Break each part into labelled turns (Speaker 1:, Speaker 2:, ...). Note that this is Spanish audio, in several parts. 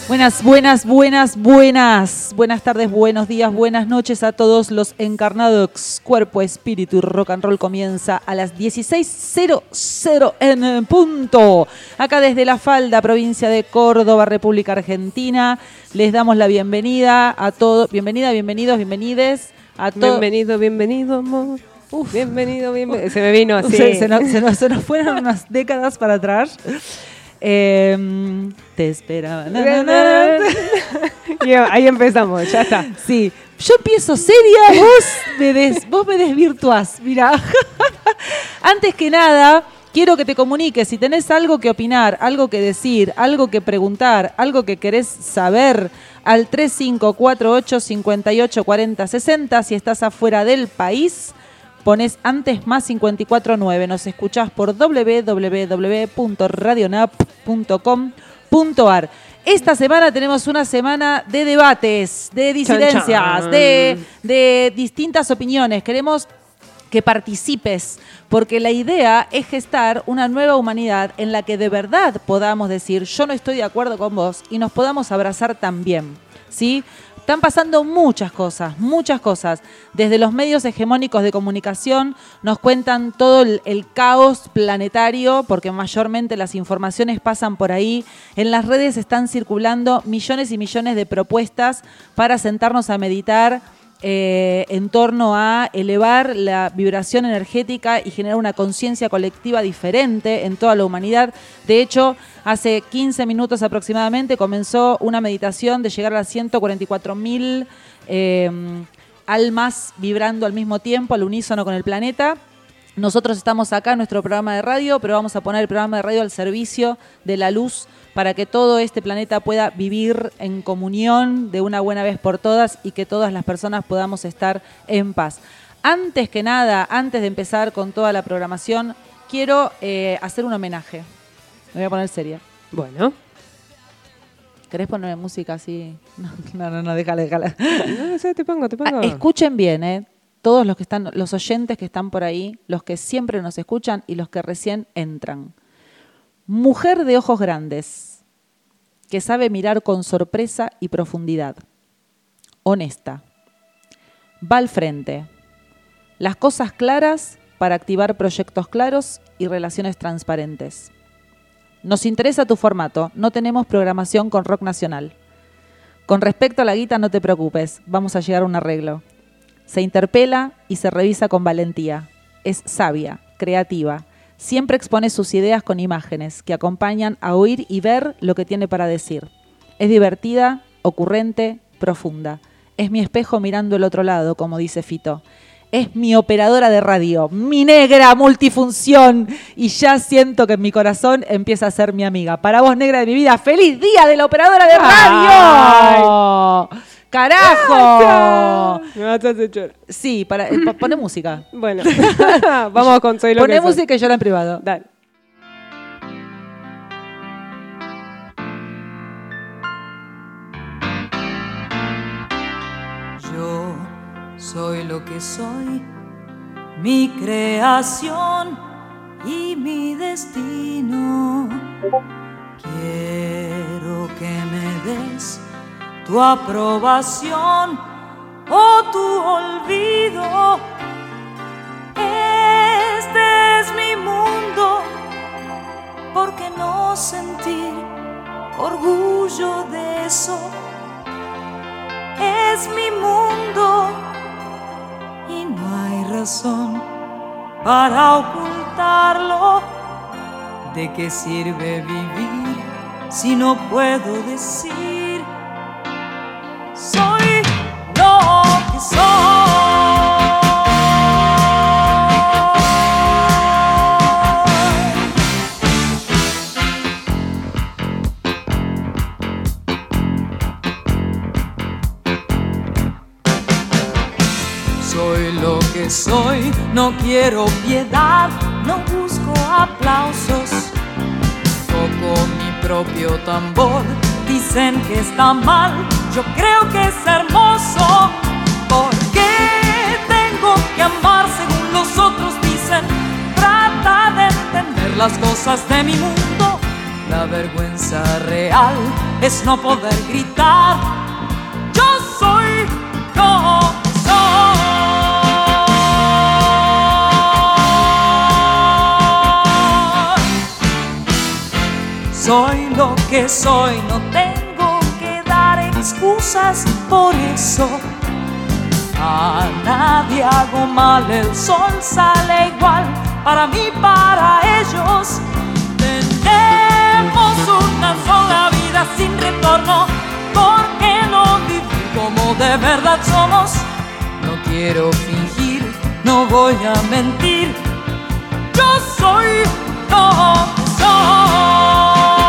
Speaker 1: Buenas tardes, buenos días, buenas noches a todos los encarnados. Cuerpo, espíritu y rock and roll comienza a las 16:00 en punto. Acá desde La Falda, provincia de Córdoba, República Argentina. Les damos la bienvenida a todos. Bienvenidos a todos.
Speaker 2: Bienvenido, amor. Bienvenido. Se me vino así.
Speaker 1: Se nos fueron unas décadas para atrás. Te esperaba.
Speaker 2: Y ahí empezamos, ya está.
Speaker 1: Sí, yo empiezo seria, vos me desvirtuás. Mirá. Antes que nada, quiero que te comuniques. Si tenés algo que opinar, algo que decir, algo que preguntar, algo que querés saber, al 3548-584060. Si estás afuera del país, pones antes más 549. Nos escuchás por www.radionap.com.ar. Esta semana tenemos una semana de debates, de disidencias, de distintas opiniones. Queremos que participes, porque la idea es gestar una nueva humanidad en la que de verdad podamos decir yo no estoy de acuerdo con vos y nos podamos abrazar también, ¿sí? Están pasando muchas cosas. Desde los medios hegemónicos de comunicación nos cuentan todo el caos planetario, porque mayormente las informaciones pasan por ahí. En las redes están circulando millones y millones de propuestas para sentarnos a meditar en torno a elevar la vibración energética y generar una conciencia colectiva diferente en toda la humanidad. De hecho, hace 15 minutos aproximadamente comenzó una meditación de llegar a las 144.000 almas vibrando al mismo tiempo, al unísono con el planeta. Nosotros estamos acá en nuestro programa de radio, pero vamos a poner el programa de radio al servicio de la luz para que todo este planeta pueda vivir en comunión de una buena vez por todas y que todas las personas podamos estar en paz. Antes que nada, antes de empezar con toda la programación, quiero hacer un homenaje. Me voy a poner seria.
Speaker 2: Bueno.
Speaker 1: ¿Querés ponerme música así? No, déjala.
Speaker 2: No sé, te pongo.
Speaker 1: Escuchen bien, todos los que están, los oyentes que están por ahí, los que siempre nos escuchan y los que recién entran. Mujer de ojos grandes, que sabe mirar con sorpresa y profundidad. Honesta. Va al frente. Las cosas claras para activar proyectos claros y relaciones transparentes. Nos interesa tu formato, no tenemos programación con rock nacional. Con respecto a la guita, no te preocupes, vamos a llegar a un arreglo. Se interpela y se revisa con valentía. Es sabia, creativa. Siempre expone sus ideas con imágenes que acompañan a oír y ver lo que tiene para decir. Es divertida, ocurrente, profunda. Es mi espejo mirando el otro lado, como dice Fito. Es mi operadora de radio, mi negra multifunción. Y ya siento que en mi corazón empieza a ser mi amiga. Para vos, negra de mi vida, ¡feliz día de la operadora de radio! ¡Ay! ¡Carajo!
Speaker 2: Me vas a hacer llorar.
Speaker 1: Sí, poné música.
Speaker 2: Bueno, vamos con Soy lo
Speaker 1: poné
Speaker 2: que soy.
Speaker 1: música y llora en privado.
Speaker 2: Dale.
Speaker 3: Yo soy lo que soy, mi creación y mi destino. Quiero que me des tu aprobación o tu olvido. Este es mi mundo, ¿por qué no sentir orgullo de eso? Es mi mundo y no hay razón para ocultarlo. ¿De qué sirve vivir si no puedo decir soy lo que soy? Soy lo que soy, no quiero piedad, no busco aplausos. Toco mi propio tambor, dicen que está mal, yo creo que es hermoso. ¿Por qué tengo que amar según los otros dicen? Trata de entender las cosas de mi mundo. La vergüenza real es no poder gritar. Yo soy como soy. Soy lo que soy, no tengo que dar excusas por eso. A nadie hago mal, el sol sale igual, para mí, para ellos. Tenemos una sola vida sin retorno, ¿por qué no vivir como de verdad somos? No quiero fingir, no voy a mentir, yo soy lo que soy.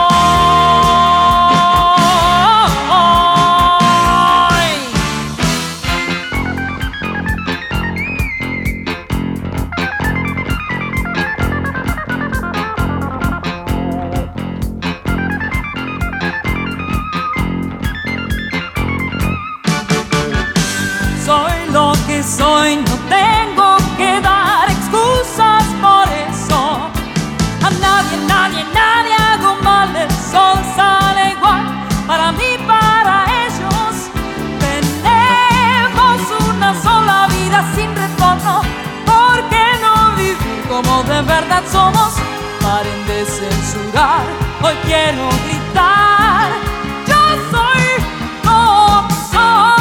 Speaker 3: Soy, no tengo que dar excusas por eso. A nadie hago mal, el sol sale igual, para mí, para ellos. Tenemos una sola vida sin retorno, ¿por qué no vivir como de verdad somos? Paren de censurar, hoy quiero gritar, yo soy lo que soy.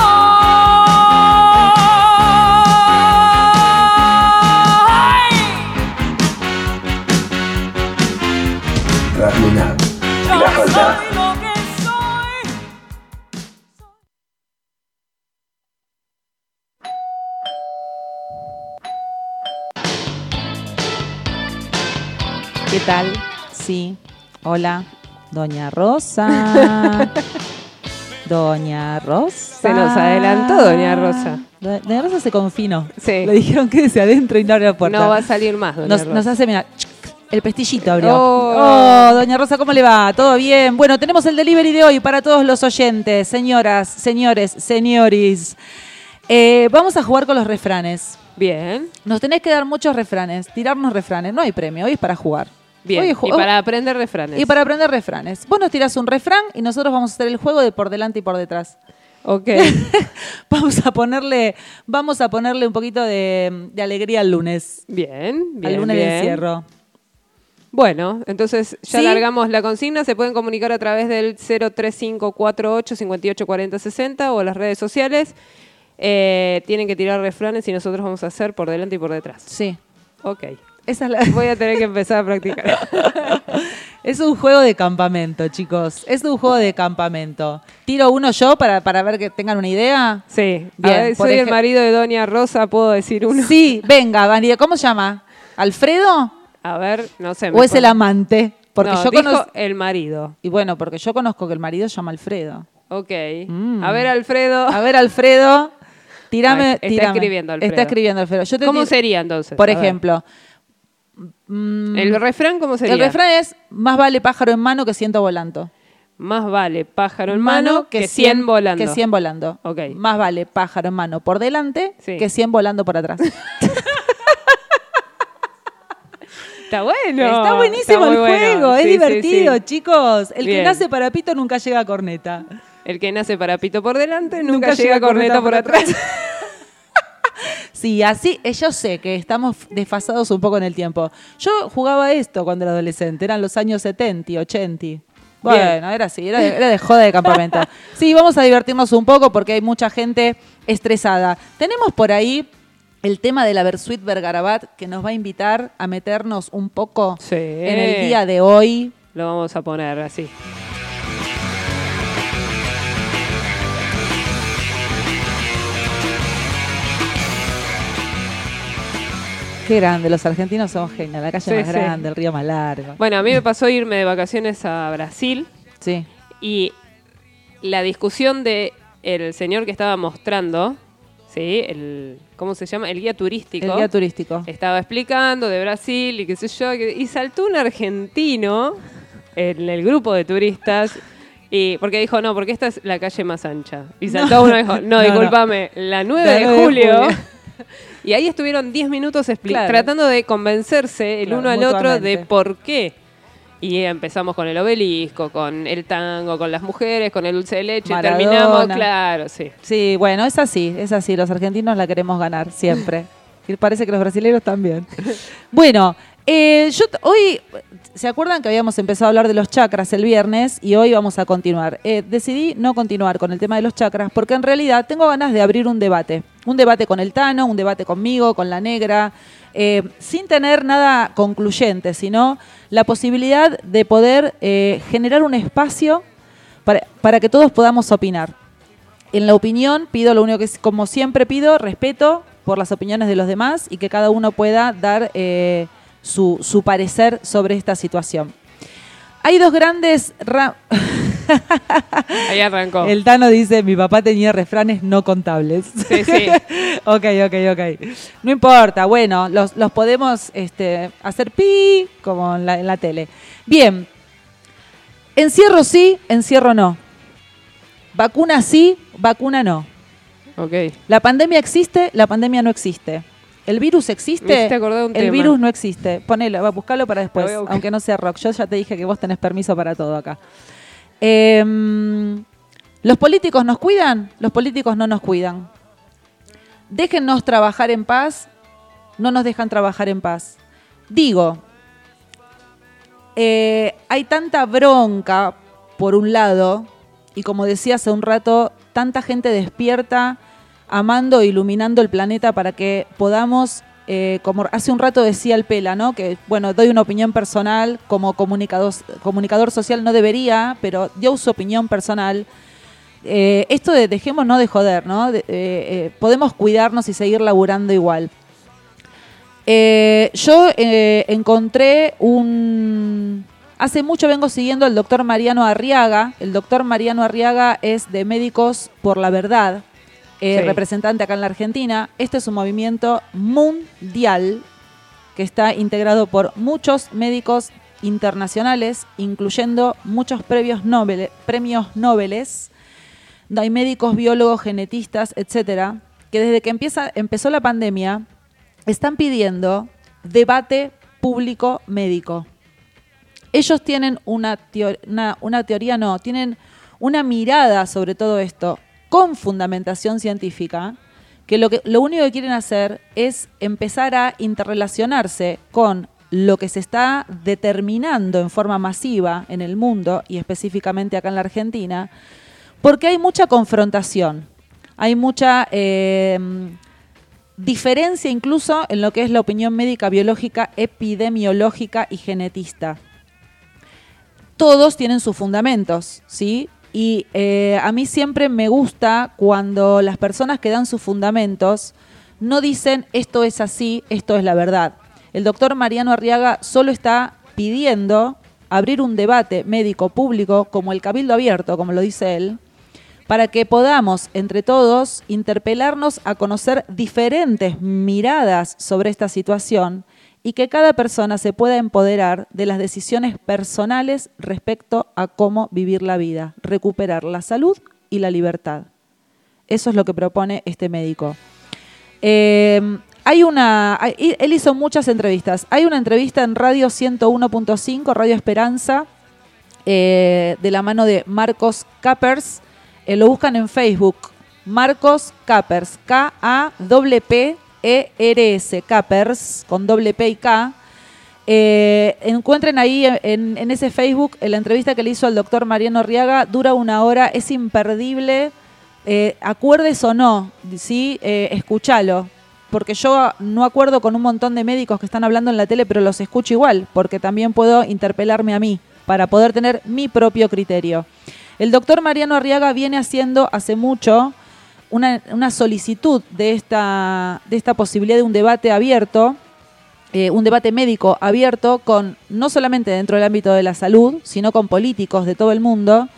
Speaker 1: ¿Qué tal? Sí. Hola, Doña Rosa. Doña Rosa.
Speaker 2: Se nos adelantó Doña Rosa.
Speaker 1: Doña Rosa se confinó.
Speaker 2: Sí.
Speaker 1: Le dijeron que desde adentro y no abre la puerta.
Speaker 2: No va a salir más, Doña Rosa.
Speaker 1: Nos hace, mira, el pestillito abrió. Doña Rosa, ¿cómo le va? ¿Todo bien? Bueno, tenemos el delivery de hoy para todos los oyentes, señoras, señores, señoris. Vamos a jugar con los refranes.
Speaker 2: Bien.
Speaker 1: Nos tenés que dar muchos refranes, tirarnos refranes. No hay premio, hoy es para jugar.
Speaker 2: Bien, y para aprender refranes.
Speaker 1: Y para aprender refranes. Vos nos tirás un refrán y nosotros vamos a hacer el juego de por delante y por detrás.
Speaker 2: Ok.
Speaker 1: Vamos a ponerle un poquito de alegría al lunes.
Speaker 2: Bien.
Speaker 1: Al lunes de encierro.
Speaker 2: Bueno, entonces ya
Speaker 1: ¿Sí?
Speaker 2: largamos la consigna. Se pueden comunicar a través del 03548 584060 o las redes sociales. Tienen que tirar refranes y nosotros vamos a hacer por delante y por detrás.
Speaker 1: Sí.
Speaker 2: Ok.
Speaker 1: Esa es la...
Speaker 2: Voy a tener que empezar a practicar.
Speaker 1: Es un juego de campamento, chicos. Es un juego de campamento. Tiro uno yo para ver que tengan una idea.
Speaker 2: Sí.
Speaker 1: Bien.
Speaker 2: A ver, soy el marido de Doña Rosa, ¿puedo decir uno?
Speaker 1: Sí, venga, Vanida. ¿Cómo se llama? ¿Alfredo?
Speaker 2: A ver, no sé.
Speaker 1: ¿O es el amante? Porque
Speaker 2: no,
Speaker 1: yo
Speaker 2: dijo el marido.
Speaker 1: Y bueno, porque yo conozco que el marido se llama Alfredo.
Speaker 2: Ok. A ver, Alfredo.
Speaker 1: A ver, Alfredo. Tírame.
Speaker 2: Está escribiendo Alfredo.
Speaker 1: Está escribiendo Alfredo.
Speaker 2: ¿Cómo sería entonces?
Speaker 1: Por ejemplo.
Speaker 2: ¿El refrán cómo sería?
Speaker 1: El refrán es: más vale pájaro en mano que ciento volando.
Speaker 2: Más vale pájaro en mano que 100 volando.
Speaker 1: Que 100 volando.
Speaker 2: Okay.
Speaker 1: Más vale pájaro en mano por delante que 100 volando por atrás.
Speaker 2: Está bueno.
Speaker 1: Está buenísimo el juego. Es divertido, chicos. El
Speaker 2: Bien.
Speaker 1: que nace para pito nunca llega a corneta.
Speaker 2: El que nace para pito por delante nunca llega a corneta por atrás.
Speaker 1: Sí, así, yo sé que estamos desfasados un poco en el tiempo. Yo jugaba esto cuando era adolescente, eran los años 70, 80. Bueno, bien. Era así, era de joda de campamento. Sí, vamos a divertirnos un poco porque hay mucha gente estresada. Tenemos por ahí el tema de la Versuit Vergarabat que nos va a invitar a meternos un poco en el día de hoy.
Speaker 2: Lo vamos a poner así.
Speaker 1: Qué grande, los argentinos somos genios, la calle más grande, el río más largo.
Speaker 2: Bueno, a mí me pasó irme de vacaciones a Brasil.
Speaker 1: Sí.
Speaker 2: Y la discusión de el señor que estaba mostrando, ¿sí? ¿Cómo se llama? El guía turístico.
Speaker 1: El guía turístico.
Speaker 2: Estaba explicando de Brasil y qué sé yo, y saltó un argentino en el grupo de turistas. Y porque dijo, no, porque esta es la calle más ancha. Y saltó uno y dijo, no, discúlpame, la 9 de julio. Y ahí estuvieron 10 minutos tratando de convencerse el uno al otro de por qué Y empezamos con el obelisco, con el tango, con las mujeres, con el dulce de leche.
Speaker 1: Maradona.
Speaker 2: Terminamos, claro, sí.
Speaker 1: Sí, bueno, es así. Los argentinos la queremos ganar siempre. Y parece que los brasileños también. Bueno, hoy, ¿se acuerdan que habíamos empezado a hablar de los chakras el viernes? Y hoy vamos a continuar. Decidí no continuar con el tema de los chakras porque en realidad tengo ganas de abrir un debate. Un debate con el Tano, un debate conmigo, con la Negra, sin tener nada concluyente, sino la posibilidad de poder generar un espacio para que todos podamos opinar. En la opinión pido lo único que es, como siempre pido, respeto por las opiniones de los demás y que cada uno pueda dar su parecer sobre esta situación. Hay dos grandes...
Speaker 2: Ahí arrancó.
Speaker 1: El Tano dice, mi papá tenía refranes no contables.
Speaker 2: Sí, sí.
Speaker 1: Ok. No importa, bueno, los podemos hacer pi, como en la tele. Bien, encierro sí, encierro no. Vacuna sí, vacuna no.
Speaker 2: Ok.
Speaker 1: La pandemia existe, la pandemia no existe. ¿El virus
Speaker 2: Me
Speaker 1: existe?
Speaker 2: hiciste acordar de un
Speaker 1: El
Speaker 2: tema.
Speaker 1: virus no existe. Ponelo, buscalo para después,
Speaker 2: Lo voy a buscar.
Speaker 1: aunque no sea rock. Yo ya te dije que vos tenés permiso para todo acá. ¿Los políticos nos cuidan? Los políticos no nos cuidan. Déjennos trabajar en paz. No nos dejan trabajar en paz. Digo, hay tanta bronca, por un lado, y como decía hace un rato, tanta gente despierta, amando e iluminando el planeta para que podamos, como hace un rato decía el Pela, ¿no? Que, bueno, doy una opinión personal, como comunicador social no debería, pero dio su opinión personal. Esto de dejémonos de joder, ¿no? Podemos cuidarnos y seguir laburando igual. Yo encontré hace mucho vengo siguiendo al doctor Mariano Arriaga. El doctor Mariano Arriaga es de Médicos por la Verdad,
Speaker 2: Sí.
Speaker 1: representante acá en la Argentina. Este es un movimiento mundial que está integrado por muchos médicos internacionales, incluyendo muchos premios Nobel. Hay médicos, biólogos, genetistas, etcétera, que desde que empezó la pandemia están pidiendo debate público médico. Ellos tienen tienen una mirada sobre todo esto con fundamentación científica, que lo único que quieren hacer es empezar a interrelacionarse con lo que se está determinando en forma masiva en el mundo y específicamente acá en la Argentina, porque hay mucha confrontación, hay mucha diferencia incluso en lo que es la opinión médica, biológica, epidemiológica y genetista. Todos tienen sus fundamentos, ¿sí? Y a mí siempre me gusta cuando las personas que dan sus fundamentos no dicen esto es así, esto es la verdad. El doctor Mariano Arriaga solo está pidiendo abrir un debate médico público como el Cabildo Abierto, como lo dice él, para que podamos entre todos interpelarnos a conocer diferentes miradas sobre esta situación y que cada persona se pueda empoderar de las decisiones personales respecto a cómo vivir la vida, recuperar la salud y la libertad. Eso es lo que propone este médico. Él hizo muchas entrevistas. Hay una entrevista en Radio 101.5, Radio Esperanza, de la mano de Marcos Kappers. Lo buscan en Facebook. Marcos Kappers, K-A-P-P-E-R-S, Kappers, con doble P y K. Encuentren ahí en ese Facebook la entrevista que le hizo al doctor Mariano Arriaga. Dura 1 hora, es imperdible. Acuerdes o no, ¿sí? Escúchalo. Porque yo no acuerdo con un montón de médicos que están hablando en la tele, pero los escucho igual, porque también puedo interpelarme a mí para poder tener mi propio criterio. El doctor Mariano Arriaga viene haciendo hace mucho una solicitud de esta posibilidad de un debate abierto, un debate médico abierto, con no solamente dentro del ámbito de la salud, sino con políticos de todo el mundo,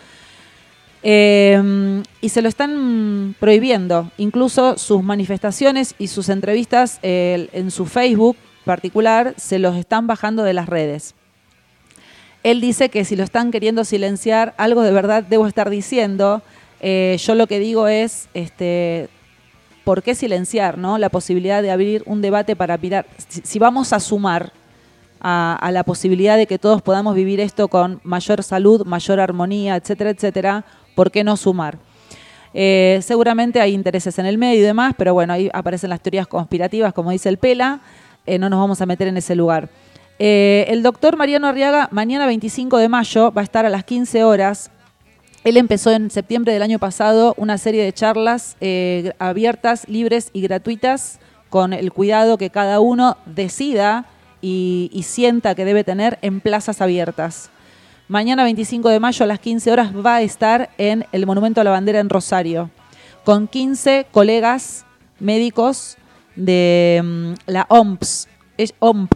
Speaker 1: y se lo están prohibiendo. Incluso sus manifestaciones y sus entrevistas en su Facebook particular se los están bajando de las redes. Él dice que si lo están queriendo silenciar, algo de verdad debo estar diciendo. Yo lo que digo es, ¿por qué silenciar, no? La posibilidad de abrir un debate para mirar. Si vamos a sumar, a la posibilidad de que todos podamos vivir esto con mayor salud, mayor armonía, etcétera, etcétera, ¿por qué no sumar? Seguramente hay intereses en el medio y demás, pero bueno, ahí aparecen las teorías conspirativas, como dice el Pela, no nos vamos a meter en ese lugar. El doctor Mariano Arriaga, mañana 25 de mayo, va a estar a las 15 horas. Él empezó en septiembre del año pasado una serie de charlas abiertas, libres y gratuitas, con el cuidado que cada uno decida y sienta que debe tener en plazas abiertas. Mañana 25 de mayo a las 15 horas va a estar en el Monumento a la Bandera en Rosario, con 15 colegas médicos de la OMS. Es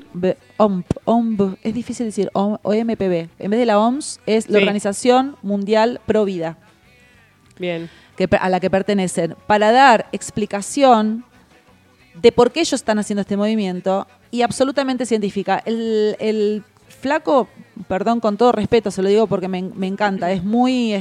Speaker 1: es difícil decir, OMPB. En vez de la OMS, es la Organización Mundial Pro Vida.
Speaker 2: Bien.
Speaker 1: A la que pertenecen, para dar explicación de por qué ellos están haciendo este movimiento, y absolutamente científica. El flaco, perdón, con todo respeto, se lo digo porque me encanta, es muy,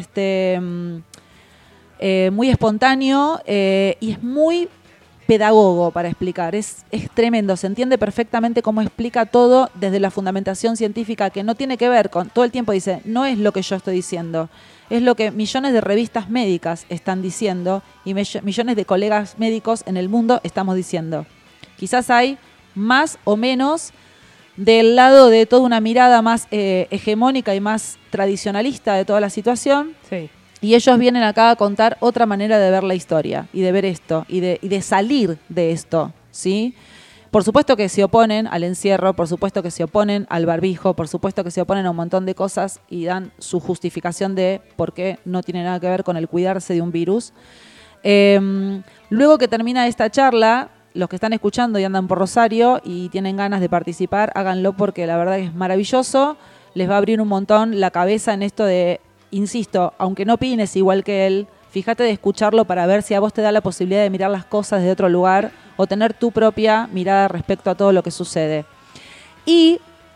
Speaker 1: muy espontáneo y es muy pedagogo para explicar. Es tremendo, se entiende perfectamente cómo explica todo desde la fundamentación científica, que no tiene que ver con, todo el tiempo dice, no es lo que yo estoy diciendo, es lo que millones de revistas médicas están diciendo y millones de colegas médicos en el mundo estamos diciendo. Quizás hay más o menos del lado de toda una mirada más hegemónica y más tradicionalista de toda la situación.
Speaker 2: Sí.
Speaker 1: Y ellos vienen acá a contar otra manera de ver la historia y de ver esto y de salir de esto, ¿sí? Por supuesto que se oponen al encierro, por supuesto que se oponen al barbijo, por supuesto que se oponen a un montón de cosas y dan su justificación de por qué no tiene nada que ver con el cuidarse de un virus. Luego que termina esta charla, los que están escuchando y andan por Rosario y tienen ganas de participar, háganlo porque la verdad es maravilloso. Les va a abrir un montón la cabeza en esto de, insisto, aunque no opines igual que él, fíjate de escucharlo para ver si a vos te da la posibilidad de mirar las cosas desde otro lugar o tener tu propia mirada respecto a todo lo que sucede. Y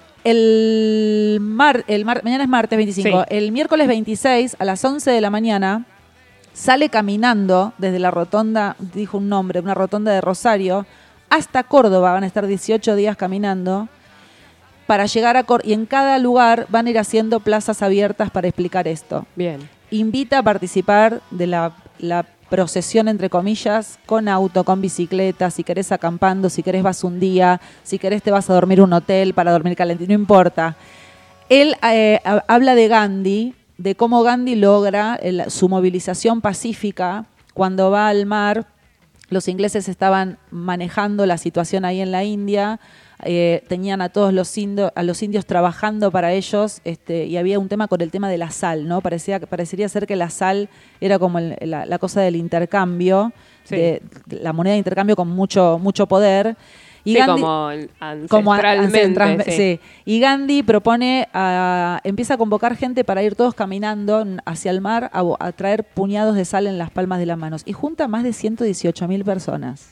Speaker 1: mañana es martes 25, sí. El miércoles 26 a las 11 de la mañana sale caminando desde la rotonda, dijo un nombre, una rotonda de Rosario, hasta Córdoba. Van a estar 18 días caminando para llegar a Córdoba. Y en cada lugar van a ir haciendo plazas abiertas para explicar esto.
Speaker 2: Bien.
Speaker 1: Invita a participar de la procesión, entre comillas, con auto, con bicicleta, si querés acampando, si querés vas un día, si querés te vas a dormir a un hotel para dormir calentito, no importa. Él habla de Gandhi, de cómo Gandhi logra su movilización pacífica cuando va al mar. Los ingleses estaban manejando la situación ahí en la India, tenían a todos los indios trabajando para ellos, y había un tema con el tema de la sal, ¿no? Parecería ser que la sal era como la cosa del intercambio, sí. de la moneda de intercambio con mucho poder. Y
Speaker 2: sí,
Speaker 1: Gandhi,
Speaker 2: como ancestralmente.
Speaker 1: Sí. Y Gandhi propone, empieza a convocar gente para ir todos caminando hacia el mar a traer puñados de sal en las palmas de las manos. Y junta más de 118.000 personas.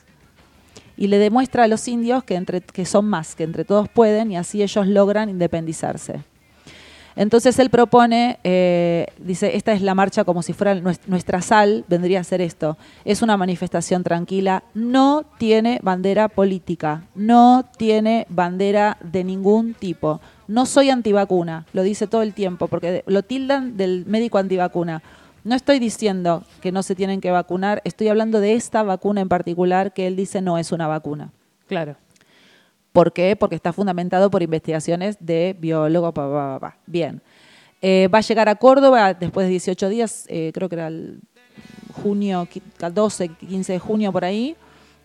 Speaker 1: Y le demuestra a los indios que son más, que entre todos pueden, y así ellos logran independizarse. Entonces él propone, dice, esta es la marcha como si fuera nuestra sal, vendría a ser esto. Es una manifestación tranquila, no tiene bandera política, no tiene bandera de ningún tipo. No soy antivacuna, lo dice todo el tiempo, porque lo tildan del médico antivacuna. No estoy diciendo que no se tienen que vacunar, estoy hablando de esta vacuna en particular que él dice no es una vacuna.
Speaker 2: Claro.
Speaker 1: ¿Por qué? Porque está fundamentado por investigaciones de biólogos. Bien. Va a llegar a Córdoba después de 18 días, creo que era el junio, 12, 15 de junio por ahí.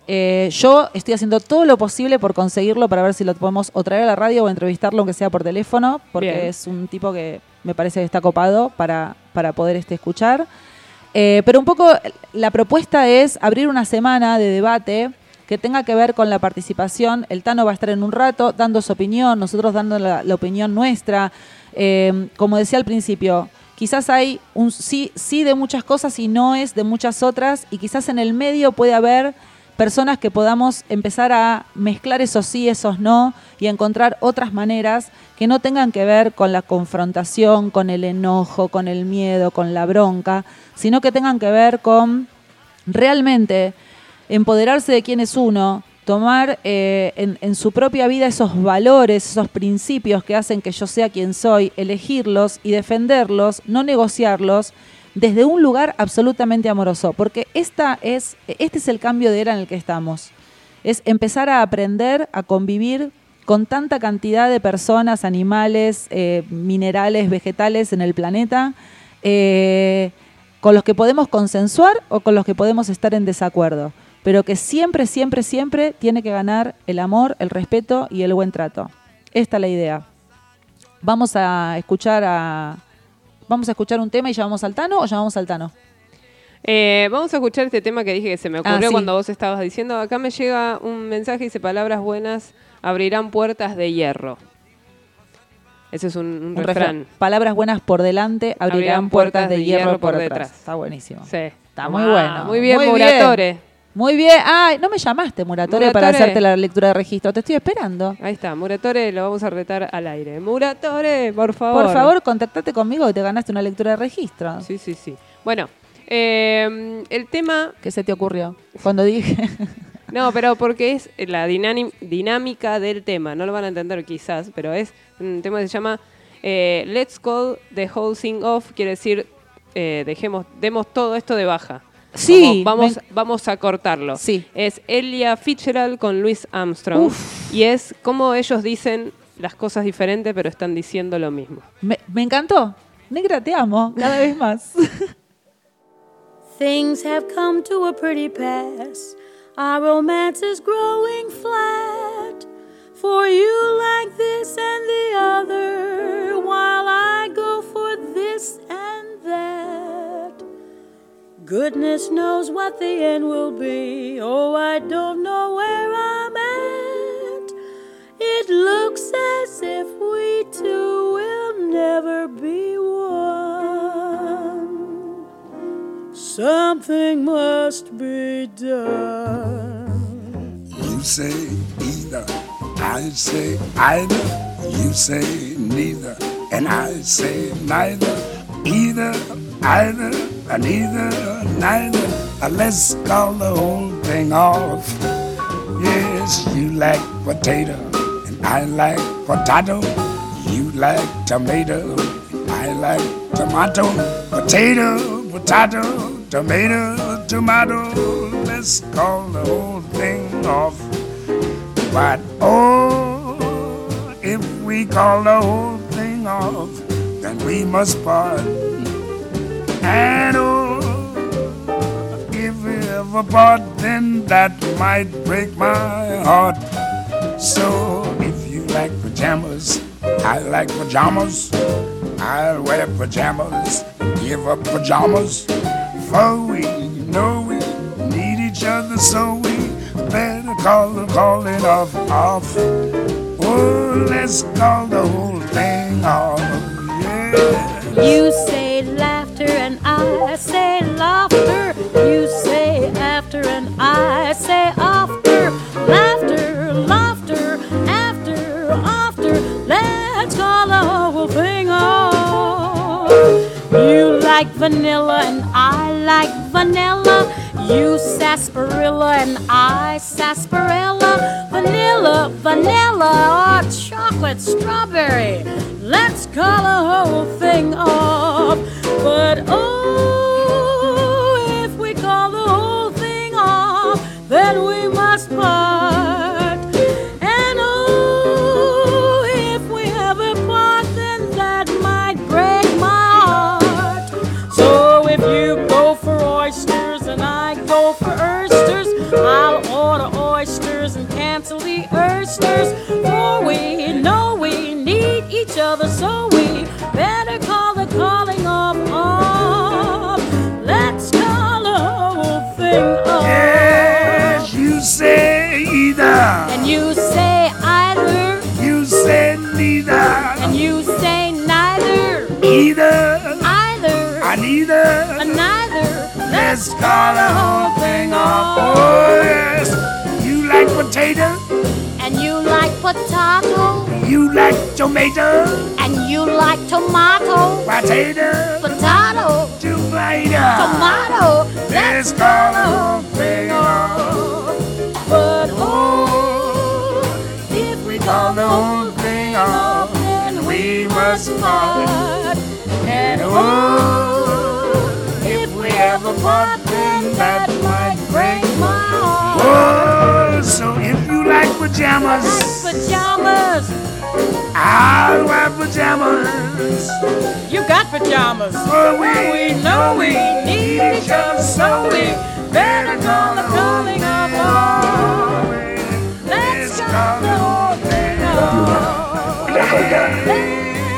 Speaker 1: Yo estoy haciendo todo lo posible por conseguirlo para ver si lo podemos o traer a la radio o entrevistarlo, aunque sea por teléfono, porque bien. Es un tipo que me parece que está copado para poder escuchar. Pero un poco la propuesta es abrir una semana de debate que tenga que ver con la participación. El Tano va a estar en un rato dando su opinión, nosotros dando la opinión nuestra. Como decía al principio, quizás hay un sí de muchas cosas y no es de muchas otras, y quizás en el medio puede haber personas que podamos empezar a mezclar esos sí, esos no, y a encontrar otras maneras que no tengan que ver con la confrontación, con el enojo, con el miedo, con la bronca, sino que tengan que ver con realmente empoderarse de quién es uno, tomar en su propia vida esos valores, esos principios que hacen que yo sea quien soy, elegirlos y defenderlos, no negociarlos, desde un lugar absolutamente amoroso, porque este es el cambio de era en el que estamos. Es empezar a aprender a convivir con tanta cantidad de personas, animales, minerales, vegetales en el planeta, con los que podemos consensuar o con los que podemos estar en desacuerdo, pero que siempre, siempre, siempre tiene que ganar el amor, el respeto y el buen trato. Esta es la idea. Vamos a escuchar un tema y llamamos al Tano, o llamamos al Tano.
Speaker 2: Vamos a escuchar este tema que dije que se me ocurrió
Speaker 1: sí.
Speaker 2: cuando vos estabas diciendo. Acá me llega un mensaje y dice: palabras buenas abrirán puertas de hierro. Ese es un refrán.
Speaker 1: Palabras buenas por delante abrirán puertas de hierro por detrás. Está buenísimo.
Speaker 2: Sí.
Speaker 1: Está muy bueno.
Speaker 2: Muy bien, Muratore.
Speaker 1: Bien. Muy bien. Ay, no me llamaste, Muratore, para hacerte la lectura de registro. Te estoy esperando.
Speaker 2: Ahí está, Muratore, lo vamos a retar al aire. Muratore, por favor.
Speaker 1: Por favor, contactate conmigo que te ganaste una lectura de registro.
Speaker 2: Sí. Bueno, el tema...
Speaker 1: ¿Qué se te ocurrió cuando dije?
Speaker 2: No, pero porque es la dinámica del tema. No lo van a entender quizás, pero es un tema que se llama Let's Call the Whole Thing Off. Quiere decir, demos todo esto de baja.
Speaker 1: Sí.
Speaker 2: Vamos a cortarlo.
Speaker 1: Sí.
Speaker 2: Es Ella Fitzgerald con Louis Armstrong.
Speaker 1: Uf.
Speaker 2: Y es como ellos dicen las cosas diferentes, pero están diciendo lo mismo.
Speaker 1: Me encantó. Negra, te amo cada vez más.
Speaker 4: Things have come to a pretty pass. Our romance is growing flat. For you like this and the other, while I go for this and that. Goodness knows what the end will be. Oh, I don't know where I'm at. It looks as if we two will never be one. Something must be done.
Speaker 5: You say either, I say either. You say neither, and I say neither. Either, either, neither, neither. Let's call the whole thing off. Yes, you like potato, and I like potato. You like tomato, and I like tomato. Potato, potato, tomato, tomato. Let's call the whole thing off. But oh, if we call the whole thing off, then we must part. And oh, if we ever part, then that might break my heart. So if you like pajamas, I like pajamas. I'll wear pajamas, give up pajamas. For we know we need each other, so we better call it off. Oh, let's call the whole thing off. Yeah.
Speaker 4: You say laughter and I say laughter. You say after and I say after. Laughter, laughter, after. Let's call the whole thing off. You like vanilla and I like vanilla. You sarsaparilla and I sarsaparilla. Vanilla, or chocolate, strawberry. Let's call the whole thing off. But oh, if we call the whole thing off, then we must part. And oh, if we ever part, then that might break my heart. So if you go for oysters and I go for oysters, I'll order oysters and cancel the oysters. For we know we need each other, so we better call the calling off. Let's call the whole thing off.
Speaker 5: Yes, you say either,
Speaker 4: And you say either,
Speaker 5: you say neither,
Speaker 4: and you say neither,
Speaker 5: either,
Speaker 4: either,
Speaker 5: neither.
Speaker 4: neither.
Speaker 5: Let's call the whole thing off. Oh yes, you like potato,
Speaker 4: And you like potato,
Speaker 5: you like tomato,
Speaker 4: and you like tomato,
Speaker 5: potato,
Speaker 4: potato,
Speaker 5: tomato.
Speaker 4: tomato.
Speaker 5: Let's call the whole thing off.
Speaker 4: But oh,
Speaker 5: call the whole thing off, and we must part. And oh, if we ever part, then that might break my heart. Oh, so if you like pajamas, I'll wear pajamas.
Speaker 3: You got pajamas.
Speaker 5: For we know we need each other, so we better call the whole thing off. Let's call the whole thing off. Let's call the whole thing off.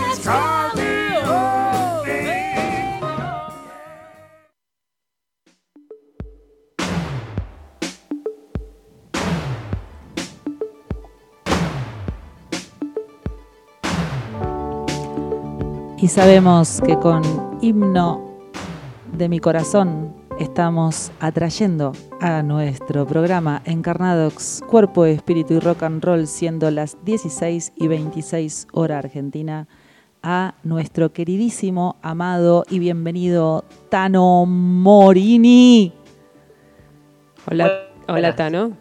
Speaker 1: Y sabemos que con Himno de mi corazón estamos atrayendo a nuestro programa Encarnadox, Cuerpo, Espíritu y Rock and Roll, siendo las 16:26 hora argentina, a nuestro queridísimo, amado y bienvenido Tano Morini.
Speaker 2: Hola Tano.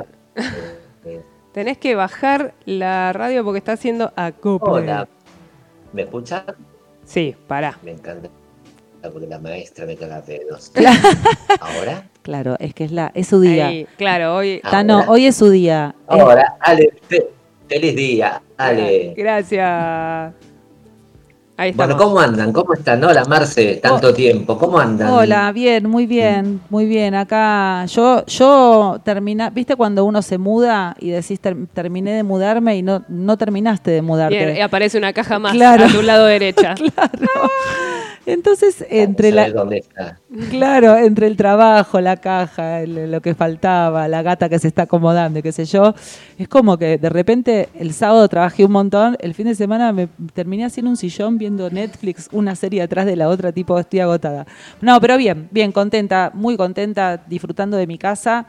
Speaker 2: Tenés que bajar la radio porque está haciendo acople.
Speaker 6: Hola. ¿Me escuchan?
Speaker 2: Sí, pará.
Speaker 6: Me encanta porque la maestra me caga pedos. ¿Ahora?
Speaker 1: Claro, es que es su día.
Speaker 2: Ahí, claro, hoy.
Speaker 1: Tano, hoy es su día.
Speaker 6: Ahora, Ale, feliz día, Ale.
Speaker 2: Gracias. Ahí estamos.
Speaker 6: Bueno, ¿cómo andan? ¿Cómo están? Hola, Marce, tanto tiempo. ¿Cómo andan?
Speaker 1: Hola, bien, muy bien, muy bien. Acá yo terminé, ¿viste cuando uno se muda y decís terminé de mudarme y no terminaste de mudarte?
Speaker 2: Bien, y aparece una caja más
Speaker 1: Claro.
Speaker 2: a tu lado derecha.
Speaker 1: Claro. Entonces,
Speaker 6: ¿Dónde está?
Speaker 1: Claro, entre el trabajo, la caja, lo que faltaba, la gata que se está acomodando, qué sé yo, es como que de repente el sábado trabajé un montón, el fin de semana me terminé haciendo un sillón viendo Netflix, una serie atrás de la otra, tipo estoy agotada. No, pero bien, contenta, muy contenta, disfrutando de mi casa,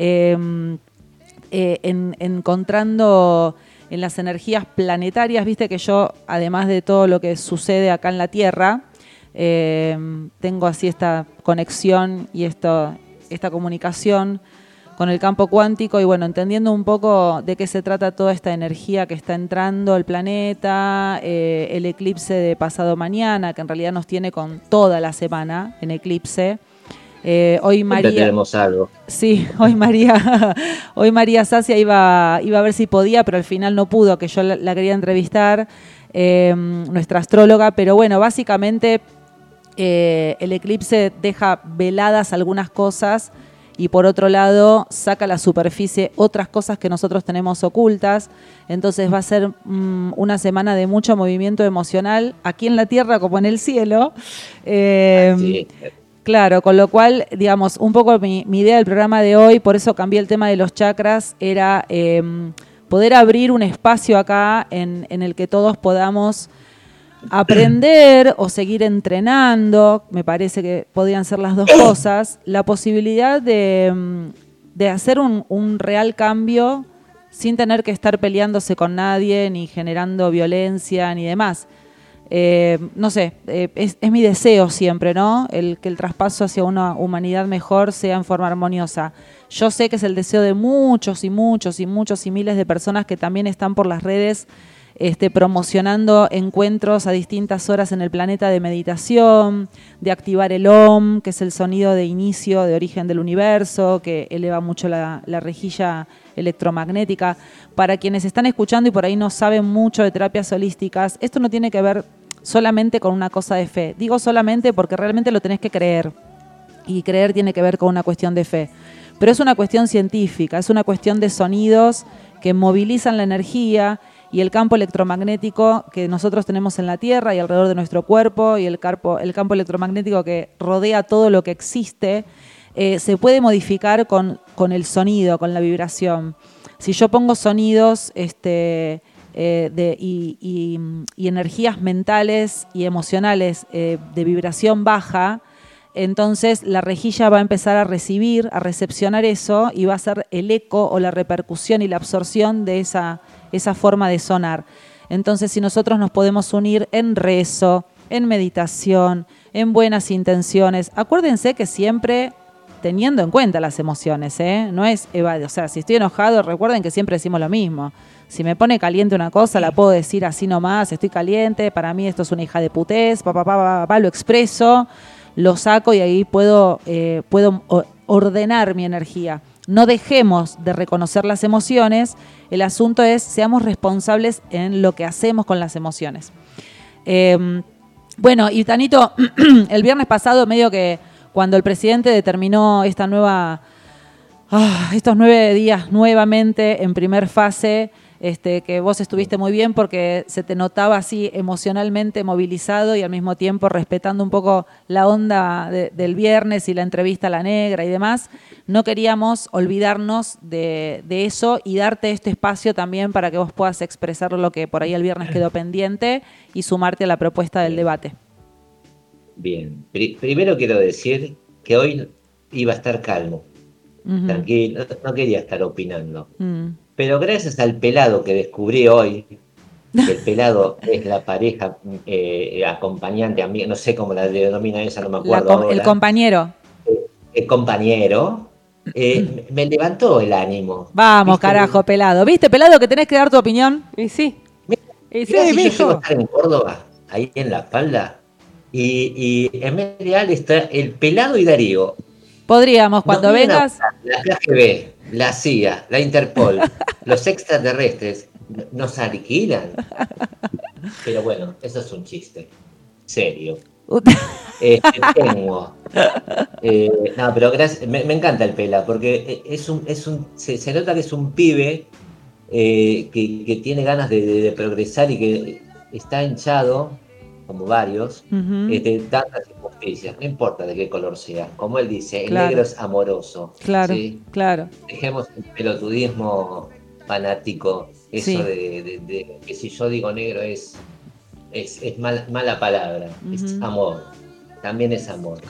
Speaker 1: encontrando en las energías planetarias, viste que yo, además de todo lo que sucede acá en la Tierra, tengo así esta conexión y esta comunicación con el campo cuántico y bueno, entendiendo un poco de qué se trata toda esta energía que está entrando al planeta, el eclipse de pasado mañana, que en realidad nos tiene con toda la semana en eclipse. Hoy María,
Speaker 6: tenemos algo.
Speaker 1: Sí, hoy María Sacia iba a ver si podía, pero al final no pudo, que yo la quería entrevistar, nuestra astróloga, pero bueno, básicamente el eclipse deja veladas algunas cosas y por otro lado saca a la superficie otras cosas que nosotros tenemos ocultas, entonces va a ser una semana de mucho movimiento emocional aquí en la Tierra como en el cielo.
Speaker 6: Sí.
Speaker 1: Claro, con lo cual, digamos, un poco mi idea del programa de hoy, por eso cambié el tema de los chakras, era poder abrir un espacio acá en el que todos podamos aprender o seguir entrenando, me parece que podrían ser las dos cosas, la posibilidad de hacer un real cambio sin tener que estar peleándose con nadie, ni generando violencia, ni demás. No sé, es mi deseo siempre, ¿no? Que el traspaso hacia una humanidad mejor sea en forma armoniosa. Yo sé que es el deseo de muchos y miles de personas que también están por las redes promocionando encuentros a distintas horas en el planeta de meditación, de activar el OM, que es el sonido de inicio, de origen del universo, que eleva mucho la rejilla electromagnética. Para quienes están escuchando y por ahí no saben mucho de terapias holísticas, esto no tiene que ver solamente con una cosa de fe. Digo solamente porque realmente lo tenés que creer. Y creer tiene que ver con una cuestión de fe. Pero es una cuestión científica, es una cuestión de sonidos que movilizan la energía y el campo electromagnético que nosotros tenemos en la Tierra y alrededor de nuestro cuerpo y el campo electromagnético que rodea todo lo que existe, se puede modificar con el sonido, con la vibración. Si yo pongo sonidos y energías mentales y emocionales de vibración baja, entonces la rejilla va a empezar a recepcionar eso y va a ser el eco o la repercusión y la absorción de esa forma de sonar. Entonces, si nosotros nos podemos unir en rezo, en meditación, en buenas intenciones, acuérdense que siempre teniendo en cuenta las emociones, ¿eh? No es evadir. O sea, si estoy enojado, recuerden que siempre decimos lo mismo. Si me pone caliente una cosa, la puedo decir así nomás, estoy caliente, para mí esto es una hija de putés, lo expreso, lo saco y ahí puedo ordenar mi energía. No dejemos de reconocer las emociones, el asunto es seamos responsables en lo que hacemos con las emociones. Bueno, y Tanito, el viernes pasado medio que cuando el presidente determinó estos 9 días nuevamente en primer fase, que vos estuviste muy bien porque se te notaba así emocionalmente movilizado y al mismo tiempo respetando un poco la onda del viernes y la entrevista a la negra y demás. No queríamos olvidarnos de eso y darte este espacio también para que vos puedas expresar lo que por ahí el viernes quedó pendiente y sumarte a la propuesta del debate.
Speaker 6: Bien, primero quiero decir que hoy iba a estar calmo, tranquilo, no quería estar opinando. Pero gracias al pelado que descubrí hoy, que el pelado es la pareja acompañante, amiga, no sé cómo la denomina esa, no me acuerdo ahora.
Speaker 1: El compañero.
Speaker 6: El compañero, me levantó el ánimo.
Speaker 1: Vamos,
Speaker 6: ¿Viste?
Speaker 1: carajo, pelado. ¿Viste, pelado, que tenés que dar tu opinión?
Speaker 2: Y sí.
Speaker 6: Mirá si yo llego a estar en Córdoba, ahí en La Falda, y en Medial está el pelado y Darío.
Speaker 1: Podríamos, cuando vengas...
Speaker 6: La KGB, la CIA, la Interpol, los extraterrestres, nos alquilan. Pero bueno, eso es un chiste. Serio. Tengo. No, pero gracias, me encanta el pela, porque se nota que es un pibe que tiene ganas de progresar y que está hinchado, como varios, tantas injusticias, no importa de qué color sea. Como él dice, el negro es amoroso.
Speaker 1: Claro,
Speaker 6: ¿sí?
Speaker 1: claro.
Speaker 6: Dejemos el pelotudismo fanático, eso de que si yo digo negro es mala palabra, es amor, también es amor.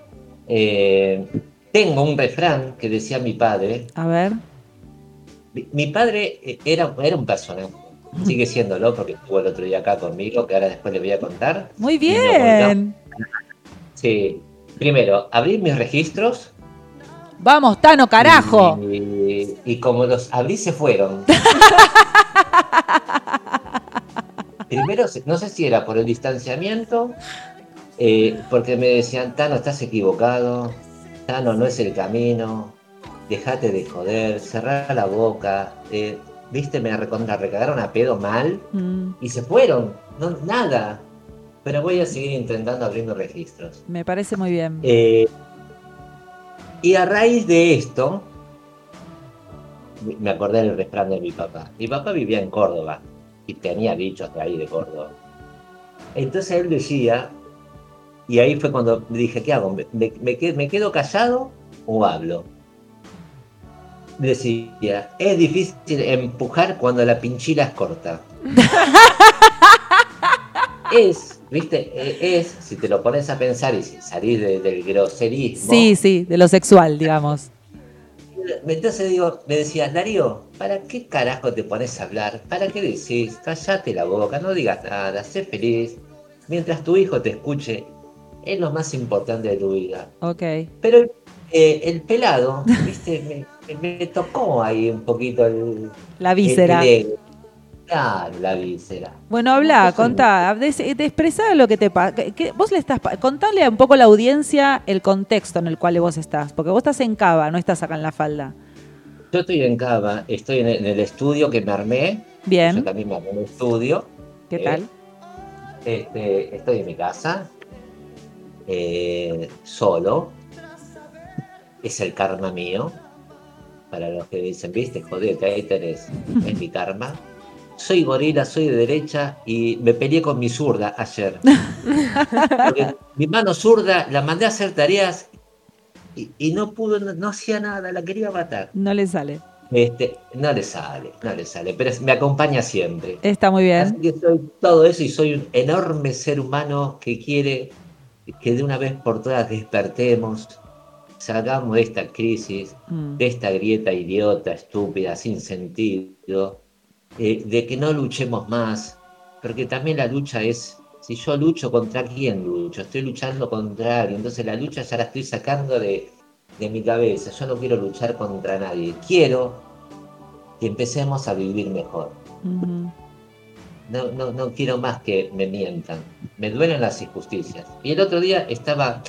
Speaker 6: Tengo un refrán que decía mi padre.
Speaker 1: A ver.
Speaker 6: Mi padre era un personaje. Sigue siéndolo porque estuvo el otro día acá conmigo, que ahora después les voy a contar.
Speaker 1: Muy bien.
Speaker 6: Sí. Primero, abrí mis registros.
Speaker 1: Vamos, Tano, carajo.
Speaker 6: Y como los abrí, se fueron. Primero, no sé si era por el distanciamiento, porque me decían, Tano, estás equivocado. Tano, no es el camino. Dejate de joder, cerrá la boca. Viste, me recagaron a pedo mal y se fueron, no, nada. Pero voy a seguir intentando abrir mis registros.
Speaker 1: Me parece muy bien.
Speaker 6: Y a raíz de esto, me acordé del refrán de mi papá. Mi papá vivía en Córdoba y tenía dichos de ahí de Córdoba. Entonces él decía, y ahí fue cuando dije, ¿qué hago? ¿Me quedo callado o hablo? Decía, es difícil empujar cuando la pinchila es corta. Si te lo pones a pensar y si salís del groserismo.
Speaker 1: Sí, de lo sexual, digamos.
Speaker 6: Entonces me decías, Darío, ¿para qué carajo te pones a hablar? ¿Para qué decís? Cállate la boca, no digas nada, sé feliz. Mientras tu hijo te escuche, es lo más importante de tu vida.
Speaker 1: Ok.
Speaker 6: Pero el pelado, viste, me tocó ahí un poquito
Speaker 1: la víscera.
Speaker 6: Claro, la víscera.
Speaker 1: Bueno, habla, contá, expresá lo que te pasa. Vos contale un poco a la audiencia el contexto en el cual vos estás, porque vos estás en Cava, no estás acá en La Falda.
Speaker 6: Yo estoy en Cava, estoy en el estudio que me armé.
Speaker 1: Bien.
Speaker 6: Yo también me armé un estudio.
Speaker 1: ¿Qué tal?
Speaker 6: Estoy en mi casa, solo. Es el karma mío. Para los que dicen, viste, jodete, ahí tenés, es mi karma. Soy gorila, soy de derecha y me peleé con mi zurda ayer. Porque mi mano zurda la mandé a hacer tareas y no pudo, no hacía nada, la quería matar.
Speaker 1: No le sale.
Speaker 6: No le sale, pero me acompaña siempre.
Speaker 1: Está muy bien.
Speaker 6: Así que soy todo eso y soy un enorme ser humano que quiere que de una vez por todas despertemos, salgamos de esta crisis, de esta grieta idiota, estúpida, sin sentido, de que no luchemos más, porque también la lucha es, si yo lucho, ¿contra quién lucho? Estoy luchando contra alguien, entonces la lucha ya la estoy sacando de de mi cabeza, yo no quiero luchar contra nadie, quiero que empecemos a vivir mejor.
Speaker 1: Ujú.
Speaker 6: No quiero más que me mientan, me duelen las injusticias. Y el otro día estaba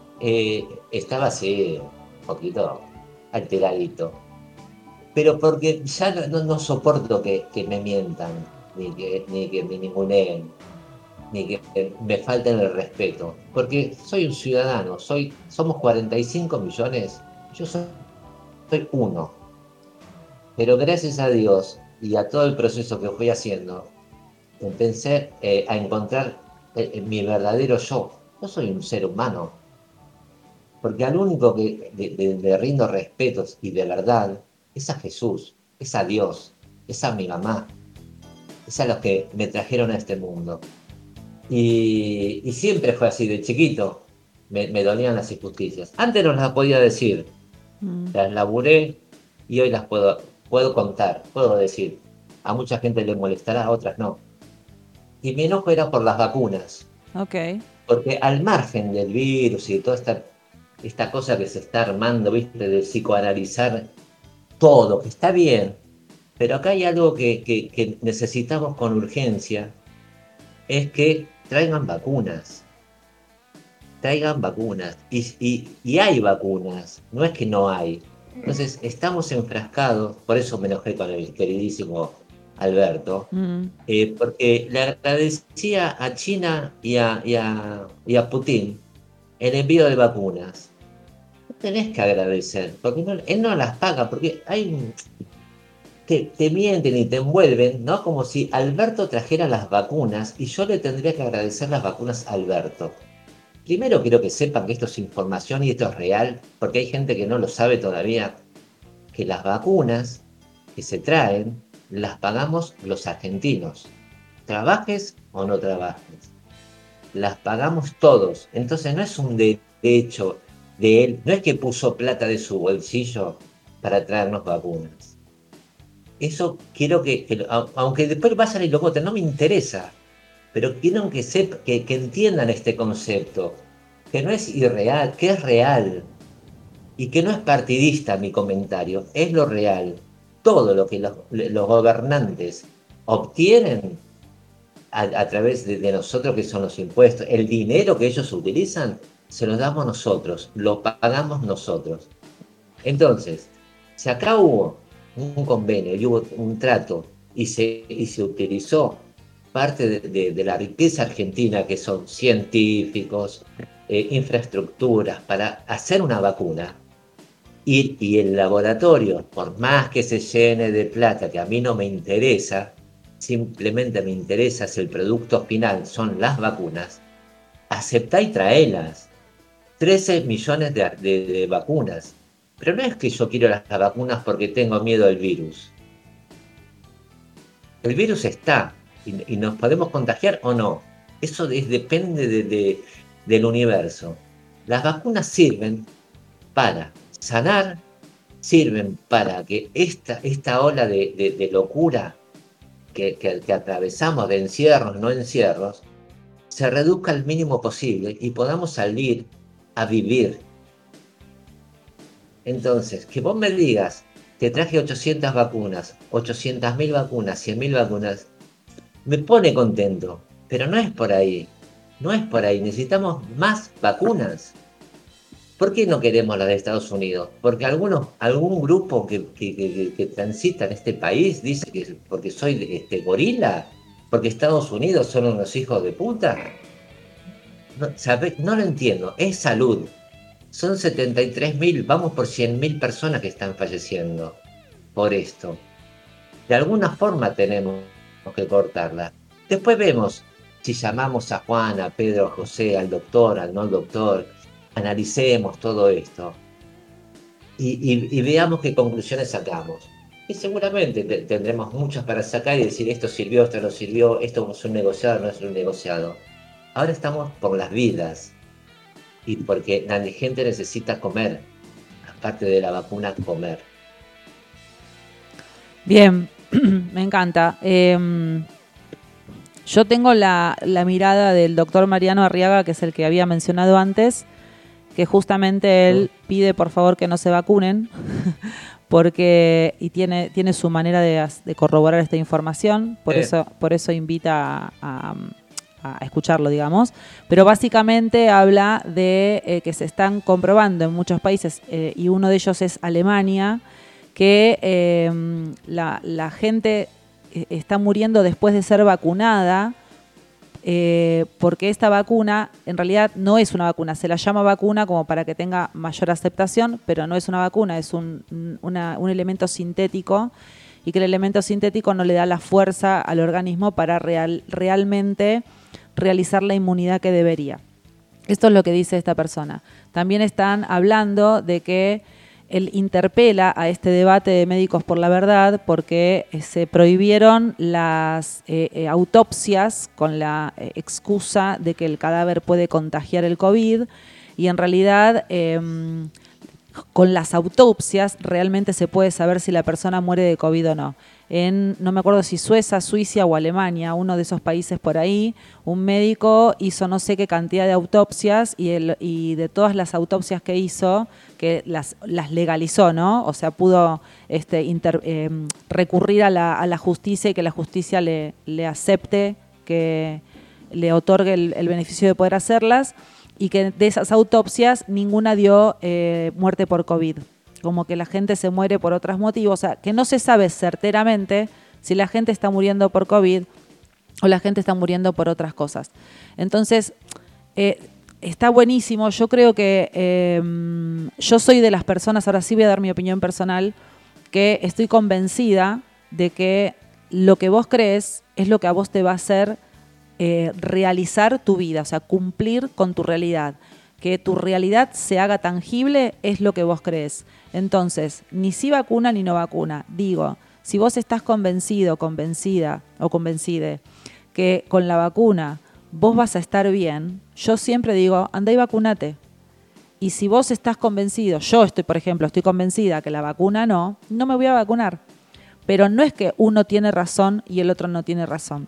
Speaker 6: así, un poquito alteradito, pero porque ya no soporto que me mientan, ni que me ninguneen, ni que me falten el respeto, porque soy un ciudadano, somos 45 millones, yo soy uno, pero gracias a Dios y a todo el proceso que fui haciendo, empecé a encontrar mi verdadero yo. Yo soy un ser humano, porque al único que le rindo respetos y de verdad es a Jesús, es a Dios, es a mi mamá, es a los que me trajeron a este mundo. Y siempre fue así, de chiquito me dolían las injusticias. Antes no las podía decir, las laburé y hoy las puedo contar, puedo decir. A mucha gente le molestará, a otras no. Y mi enojo era por las vacunas,
Speaker 1: Ok.
Speaker 6: porque al margen del virus y de toda esta cosa que se está armando, ¿viste? De psicoanalizar todo, que está bien, pero acá hay algo que necesitamos con urgencia, es que traigan vacunas. Traigan vacunas. Y hay vacunas, no es que no hay. Entonces, estamos enfrascados, por eso me enojé con el queridísimo Alberto, porque le agradecía a China y a Putin el envío de vacunas. No tenés que agradecer, porque él no las paga, porque te mienten y te envuelven, ¿no? Como si Alberto trajera las vacunas y yo le tendría que agradecer las vacunas a Alberto. Primero quiero que sepan que esto es información y esto es real, porque hay gente que no lo sabe todavía, que las vacunas que se traen las pagamos los argentinos, trabajes o no trabajes, las pagamos todos. Entonces no es un derecho de él, no es que puso plata de su bolsillo para traernos vacunas. Eso quiero aunque después vayan y lo voten, no me interesa, pero quiero que entiendan este concepto, que no es irreal, que es real, y que no es partidista mi comentario, es lo real. Todo lo que los gobernantes obtienen a través de nosotros, que son los impuestos, el dinero que ellos utilizan, se lo damos nosotros, lo pagamos nosotros. Entonces, si acá hubo un convenio y hubo un trato y se utilizó parte de la riqueza argentina, que son científicos, infraestructuras, para hacer una vacuna, y el laboratorio, por más que se llene de plata, que a mí no me interesa, simplemente me interesa si el producto final son las vacunas, aceptá y traelas. 13 millones de vacunas. Pero no es que yo quiero las vacunas porque tengo miedo al virus. El virus está y nos podemos contagiar o no. Eso depende del universo. Las vacunas sirven para sanar, sirven para que esta ola de locura que atravesamos, de encierros, no encierros, se reduzca al mínimo posible y podamos salir a vivir. Entonces, que vos me digas, te traje 800 vacunas, 800.000 vacunas, 100.000 vacunas, me pone contento, pero no es por ahí, no es por ahí, necesitamos más vacunas. ¿Por qué no queremos las de Estados Unidos? Porque algún grupo que transita en este país dice que porque soy gorila, porque Estados Unidos son unos hijos de puta. No, ¿sabes? No lo entiendo, es salud. Son 73.000, vamos por 100.000 personas que están falleciendo por esto. De alguna forma tenemos que cortarla. Después vemos si llamamos a Juan, a Pedro, a José, al doctor, al no doctor, analicemos todo esto y veamos qué conclusiones sacamos. Y seguramente tendremos muchas para sacar y decir esto sirvió, esto no sirvió, esto es un negociado, no es un negociado. Ahora estamos por las vidas y porque la gente necesita comer, aparte de la vacuna, comer.
Speaker 1: Bien, me encanta. Yo tengo la mirada del doctor Mariano Arriaga, que es el que había mencionado antes, que justamente él pide por favor que no se vacunen, porque y tiene su manera de corroborar esta información, por eso invita a escucharlo, digamos, pero básicamente habla de que se están comprobando en muchos países, y uno de ellos es Alemania, que la gente está muriendo después de ser vacunada, porque esta vacuna en realidad no es una vacuna, se la llama vacuna como para que tenga mayor aceptación, pero no es una vacuna, es un elemento sintético, y que el elemento sintético no le da la fuerza al organismo para realmente realizar la inmunidad que debería. Esto es lo que dice esta persona. También están hablando de que él interpela a este debate de Médicos por la Verdad porque se prohibieron las autopsias con la excusa de que el cadáver puede contagiar el COVID, y en realidad con las autopsias realmente se puede saber si la persona muere de COVID o no. No me acuerdo si Suecia o Alemania, uno de esos países por ahí, un médico hizo no sé qué cantidad de autopsias y de todas las autopsias que hizo, que las legalizó, ¿no? O sea, pudo recurrir a la justicia y que la justicia le acepte, que le otorgue el beneficio de poder hacerlas, y que de esas autopsias ninguna dio muerte por COVID. Como que la gente se muere por otros motivos, o sea, que no se sabe certeramente si la gente está muriendo por COVID o la gente está muriendo por otras cosas. Entonces, está buenísimo. Yo creo que yo soy de las personas, ahora sí voy a dar mi opinión personal, que estoy convencida de que lo que vos crees es lo que a vos te va a hacer realizar tu vida, o sea, cumplir con tu realidad. Que tu realidad se haga tangible es lo que vos crees. Entonces, ni si vacuna ni no vacuna. Digo, si vos estás convencido, convencida o convencide que con la vacuna vos vas a estar bien, yo siempre digo, andá y vacunate. Y si vos estás convencido, por ejemplo, estoy convencida que la vacuna no me voy a vacunar. Pero no es que uno tiene razón y el otro no tiene razón.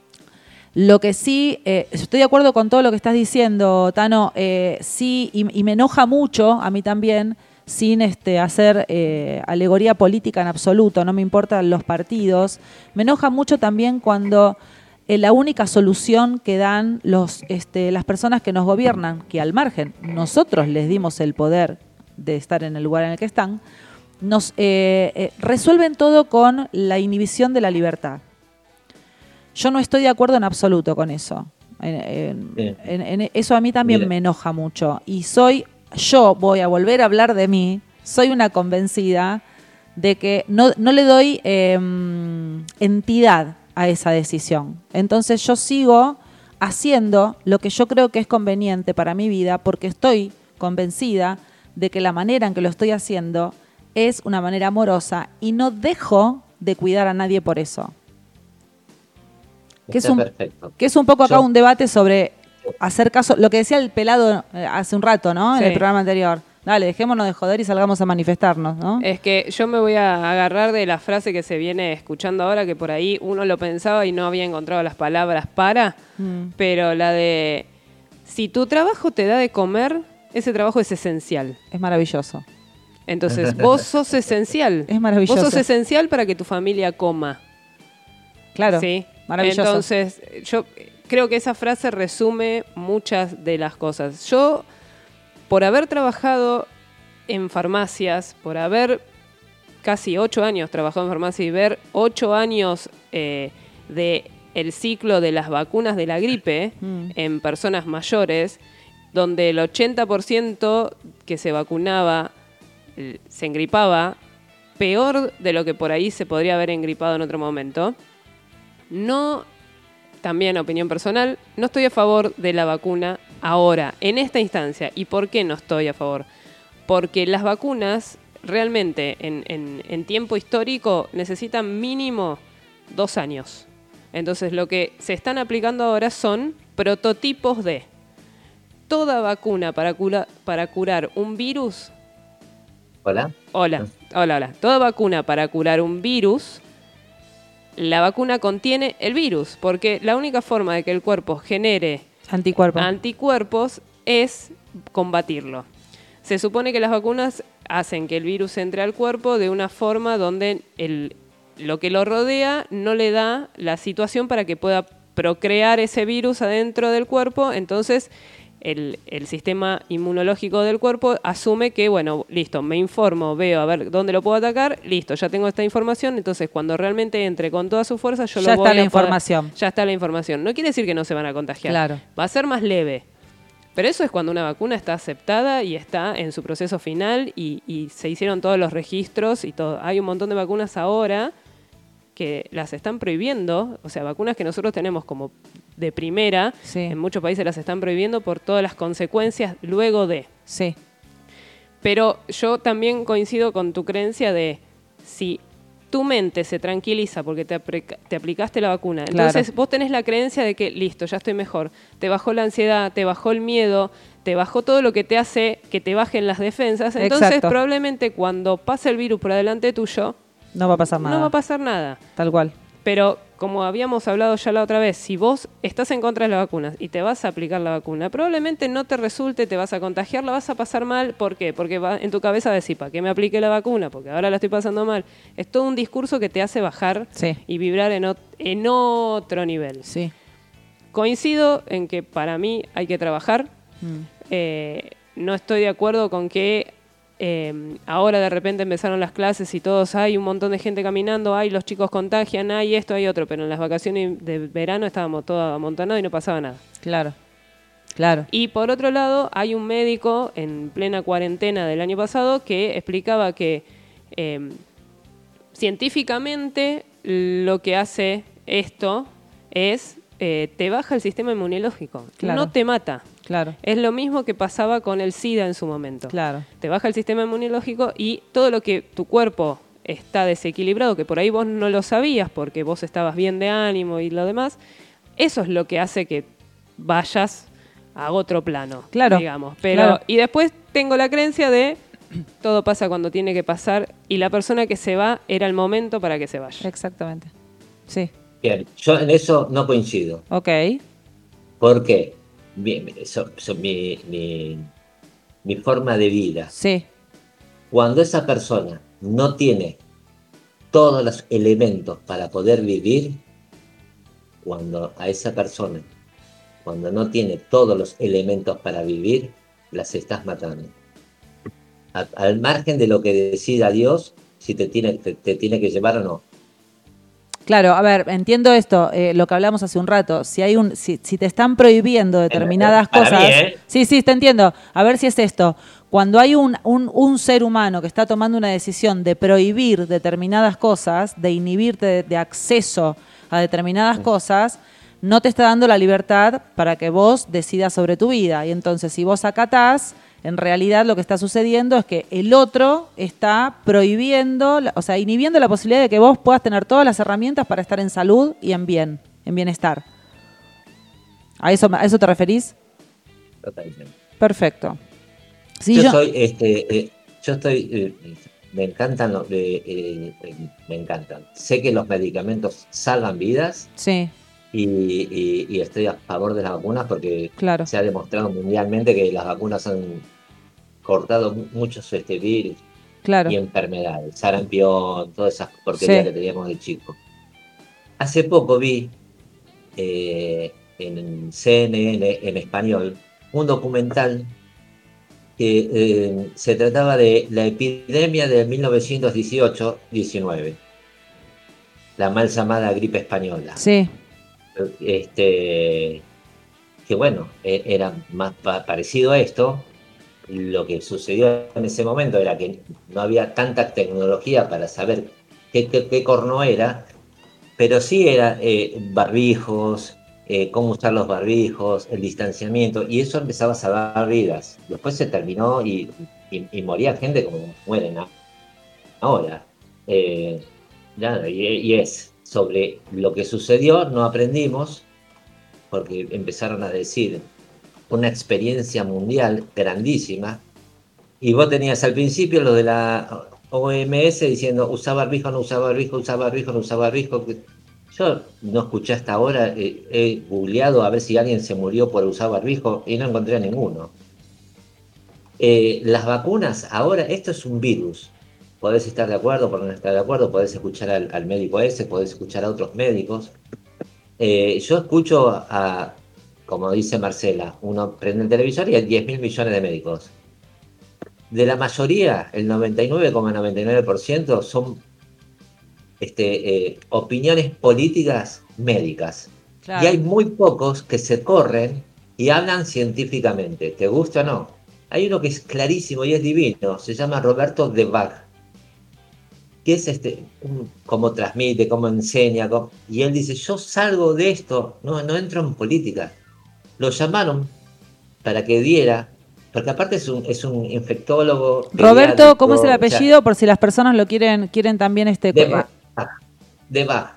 Speaker 1: Lo que sí, estoy de acuerdo con todo lo que estás diciendo, Tano, sí, y me enoja mucho, a mí también, sin hacer alegoría política en absoluto, no me importan los partidos. Me enoja mucho también cuando la única solución que dan las personas que nos gobiernan, que al margen nosotros les dimos el poder de estar en el lugar en el que están, nos resuelven todo con la inhibición de la libertad. Yo no estoy de acuerdo en absoluto con eso. Eso a mí también me enoja mucho. Y yo voy a volver a hablar de mí, soy una convencida de que no le doy entidad a esa decisión. Entonces yo sigo haciendo lo que yo creo que es conveniente para mi vida, porque estoy convencida de que la manera en que lo estoy haciendo es una manera amorosa y no dejo de cuidar a nadie por eso. Que es un poco acá un debate sobre hacer caso, lo que decía el pelado hace un rato, ¿no? Sí. En el programa anterior. Dale, dejémonos de joder y salgamos a manifestarnos, ¿no?
Speaker 2: Es que yo me voy a agarrar de la frase que se viene escuchando ahora, que por ahí uno lo pensaba y no había encontrado las palabras para, pero la de, si tu trabajo te da de comer, ese trabajo es esencial.
Speaker 1: Es maravilloso.
Speaker 2: Entonces, vos sos esencial.
Speaker 1: Es maravilloso.
Speaker 2: Vos sos esencial para que tu familia coma.
Speaker 1: Claro.
Speaker 2: ¿Sí?
Speaker 1: Maravilloso.
Speaker 2: Entonces, yo creo que esa frase resume muchas de las cosas. Yo, por haber trabajado en farmacias, por haber casi 8 años trabajado en farmacia y ver 8 años de el ciclo de las vacunas de la gripe en personas mayores, donde el 80% que se vacunaba se engripaba, peor de lo que por ahí se podría haber engripado en otro momento. No, también opinión personal, no estoy a favor de la vacuna ahora, en esta instancia. ¿Y por qué no estoy a favor? Porque las vacunas realmente en tiempo histórico necesitan mínimo 2 años. Entonces lo que se están aplicando ahora son prototipos de toda vacuna para curar un virus.
Speaker 6: Hola.
Speaker 2: Toda vacuna para curar un virus. La vacuna contiene el virus, porque la única forma de que el cuerpo genere anticuerpos es combatirlo. Se supone que las vacunas hacen que el virus entre al cuerpo de una forma donde lo que lo rodea no le da la situación para que pueda procrear ese virus adentro del cuerpo. Entonces el sistema inmunológico del cuerpo asume que, bueno, listo, me informo, veo a ver dónde lo puedo atacar, listo, ya tengo esta información, entonces cuando realmente entre con toda su fuerza yo
Speaker 1: Ya
Speaker 2: lo voy
Speaker 1: está la
Speaker 2: a
Speaker 1: información.
Speaker 2: Ya está la información. No quiere decir que no se van a contagiar.
Speaker 1: Claro.
Speaker 2: Va a ser más leve. Pero eso es cuando una vacuna está aceptada y está en su proceso final y se hicieron todos los registros y todo. Hay un montón de vacunas ahora que las están prohibiendo, o sea, vacunas que nosotros tenemos como de primera,
Speaker 1: Sí.
Speaker 2: en muchos países las están prohibiendo por todas las consecuencias luego de.
Speaker 1: Sí.
Speaker 2: Pero yo también coincido con tu creencia de si tu mente se tranquiliza porque te aplicaste la vacuna,
Speaker 1: Claro.
Speaker 2: entonces vos tenés la creencia de que listo, ya estoy mejor, te bajó la ansiedad, te bajó el miedo, te bajó todo lo que te hace que te bajen las defensas, entonces
Speaker 1: Exacto.
Speaker 2: probablemente cuando pase el virus por adelante tuyo,
Speaker 1: No va a pasar nada.
Speaker 2: no va a pasar nada.
Speaker 1: Tal cual.
Speaker 2: Pero como habíamos hablado ya la otra vez, si vos estás en contra de las vacunas y te vas a aplicar la vacuna, probablemente no te resulte, te vas a contagiar, la vas a pasar mal. ¿Por qué? Porque va en tu cabeza decir, ¿para qué me aplique la vacuna? Porque ahora la estoy pasando mal. Es todo un discurso que te hace bajar
Speaker 1: Sí.
Speaker 2: y vibrar en otro nivel.
Speaker 1: Sí.
Speaker 2: Coincido en que para mí hay que trabajar. No estoy de acuerdo con que ahora de repente empezaron las clases y todos, hay un montón de gente caminando, hay los chicos contagian, hay esto, hay otro, pero en las vacaciones de verano estábamos todos amontonados y no pasaba nada.
Speaker 1: Claro. Claro.
Speaker 2: Y por otro lado, hay un médico en plena cuarentena del año pasado que explicaba que científicamente lo que hace esto es te baja el sistema inmunológico,
Speaker 1: Claro.
Speaker 2: no te mata.
Speaker 1: Claro.
Speaker 2: Es lo mismo que pasaba con el SIDA en su momento.
Speaker 1: Claro.
Speaker 2: Te baja el sistema inmunológico y todo lo que tu cuerpo está desequilibrado, que por ahí vos no lo sabías porque vos estabas bien de ánimo y lo demás, eso es lo que hace que vayas a otro plano,
Speaker 1: Claro,
Speaker 2: digamos. Pero,
Speaker 1: claro.
Speaker 2: y después tengo la creencia de todo pasa cuando tiene que pasar y la persona que se va era el momento para que se vaya.
Speaker 1: Exactamente. Sí.
Speaker 6: Bien, yo en eso no coincido.
Speaker 1: Ok.
Speaker 6: ¿Por qué? Bien, mi forma de vida.
Speaker 1: Sí.
Speaker 6: Cuando esa persona no tiene todos los elementos para poder vivir, cuando a esa persona, cuando no tiene todos los elementos para vivir, las estás matando. Al margen de lo que decida Dios, si te tiene que llevar o no.
Speaker 1: Claro, a ver, entiendo esto, lo que hablamos hace un rato. Si hay si te están prohibiendo determinadas
Speaker 6: Para
Speaker 1: cosas.
Speaker 6: mí, ¿eh?
Speaker 1: Sí, te entiendo. A ver si es esto. Cuando hay un ser humano que está tomando una decisión de prohibir determinadas cosas, de inhibirte de acceso a determinadas cosas, no te está dando la libertad para que vos decidas sobre tu vida. Y entonces, si vos acatás, en realidad lo que está sucediendo es que el otro está prohibiendo, o sea, inhibiendo la posibilidad de que vos puedas tener todas las herramientas para estar en salud y en bienestar. ¿A eso te referís?
Speaker 6: Totalmente.
Speaker 1: Perfecto. Sí,
Speaker 6: Me encantan, me encantan. Sé que los medicamentos salvan vidas.
Speaker 1: Sí.
Speaker 6: Y estoy a favor de las vacunas porque
Speaker 1: Claro.
Speaker 6: se ha demostrado mundialmente que las vacunas han cortado muchos virus
Speaker 1: Claro.
Speaker 6: y enfermedades, sarampión, todas esas porquerías
Speaker 1: Sí.
Speaker 6: que teníamos de chico. Hace poco vi en CNN en español un documental que se trataba de la epidemia de 1918-19, la mal llamada gripe española.
Speaker 1: Sí.
Speaker 6: Que bueno, era más parecido a esto. Lo que sucedió en ese momento era que no había tanta tecnología para saber qué corno era, pero sí era barbijos, cómo usar los barbijos, el distanciamiento, y eso empezaba a salvar vidas. Después se terminó y moría gente como mueren ahora. Nada, y es sobre lo que sucedió, no aprendimos, porque empezaron a decir una experiencia mundial grandísima, y vos tenías al principio lo de la OMS diciendo usa barbijo, no usa barbijo, usa barbijo, no usa barbijo. Yo no escuché hasta ahora, he googleado a ver si alguien se murió por usar barbijo y no encontré a ninguno. Las vacunas, ahora, esto es un virus. Podés estar de acuerdo, podés no estar de acuerdo, podés escuchar al médico ese, podés escuchar a otros médicos. Yo escucho como dice Marcela, uno prende el televisor y hay 10.000 millones de médicos. De la mayoría, el 99,99% son opiniones políticas médicas.
Speaker 1: Claro.
Speaker 6: Y hay muy pocos que se corren y hablan científicamente, te gusta o no. Hay uno que es clarísimo y es divino, se llama Roberto de Bach, que es cómo transmite, cómo enseña, y él dice, yo salgo de esto, no entro en política. Lo llamaron para que diera, porque aparte es un infectólogo.
Speaker 1: Roberto, ¿cómo es el apellido? Por si las personas lo quieren también
Speaker 6: de Bach. De Bach.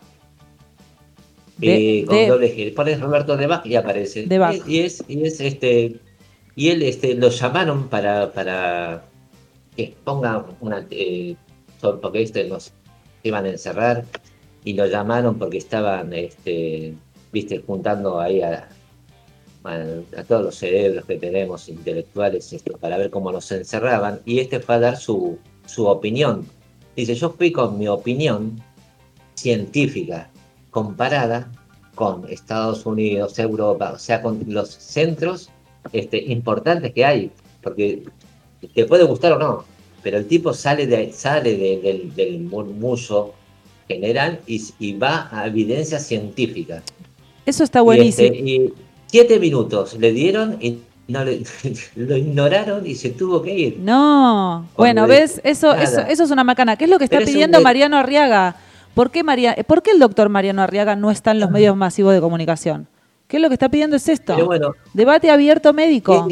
Speaker 6: Con doble G. Pones Roberto de Bach y aparece.
Speaker 1: De Bach.
Speaker 6: Y él lo llamaron para que ponga una porque nos iban a encerrar y lo llamaron porque estaban juntando ahí a todos los cerebros que tenemos intelectuales para ver cómo nos encerraban, y fue a dar su opinión. Dice, yo fui con mi opinión científica comparada con Estados Unidos, Europa, o sea, con los centros importantes que hay, porque te puede gustar o no, pero el tipo sale del murmullo general y va a evidencia científica.
Speaker 1: Eso está buenísimo.
Speaker 6: Y 7 minutos le dieron y lo ignoraron y se tuvo que ir.
Speaker 1: No, bueno, ¿ves? Eso es una macana. ¿Qué es lo que está pidiendo Mariano Arriaga? ¿Por qué el doctor Mariano Arriaga no está en los medios masivos de comunicación? ¿Qué es lo que está pidiendo? Es esto.
Speaker 6: Pero bueno,
Speaker 1: debate abierto médico.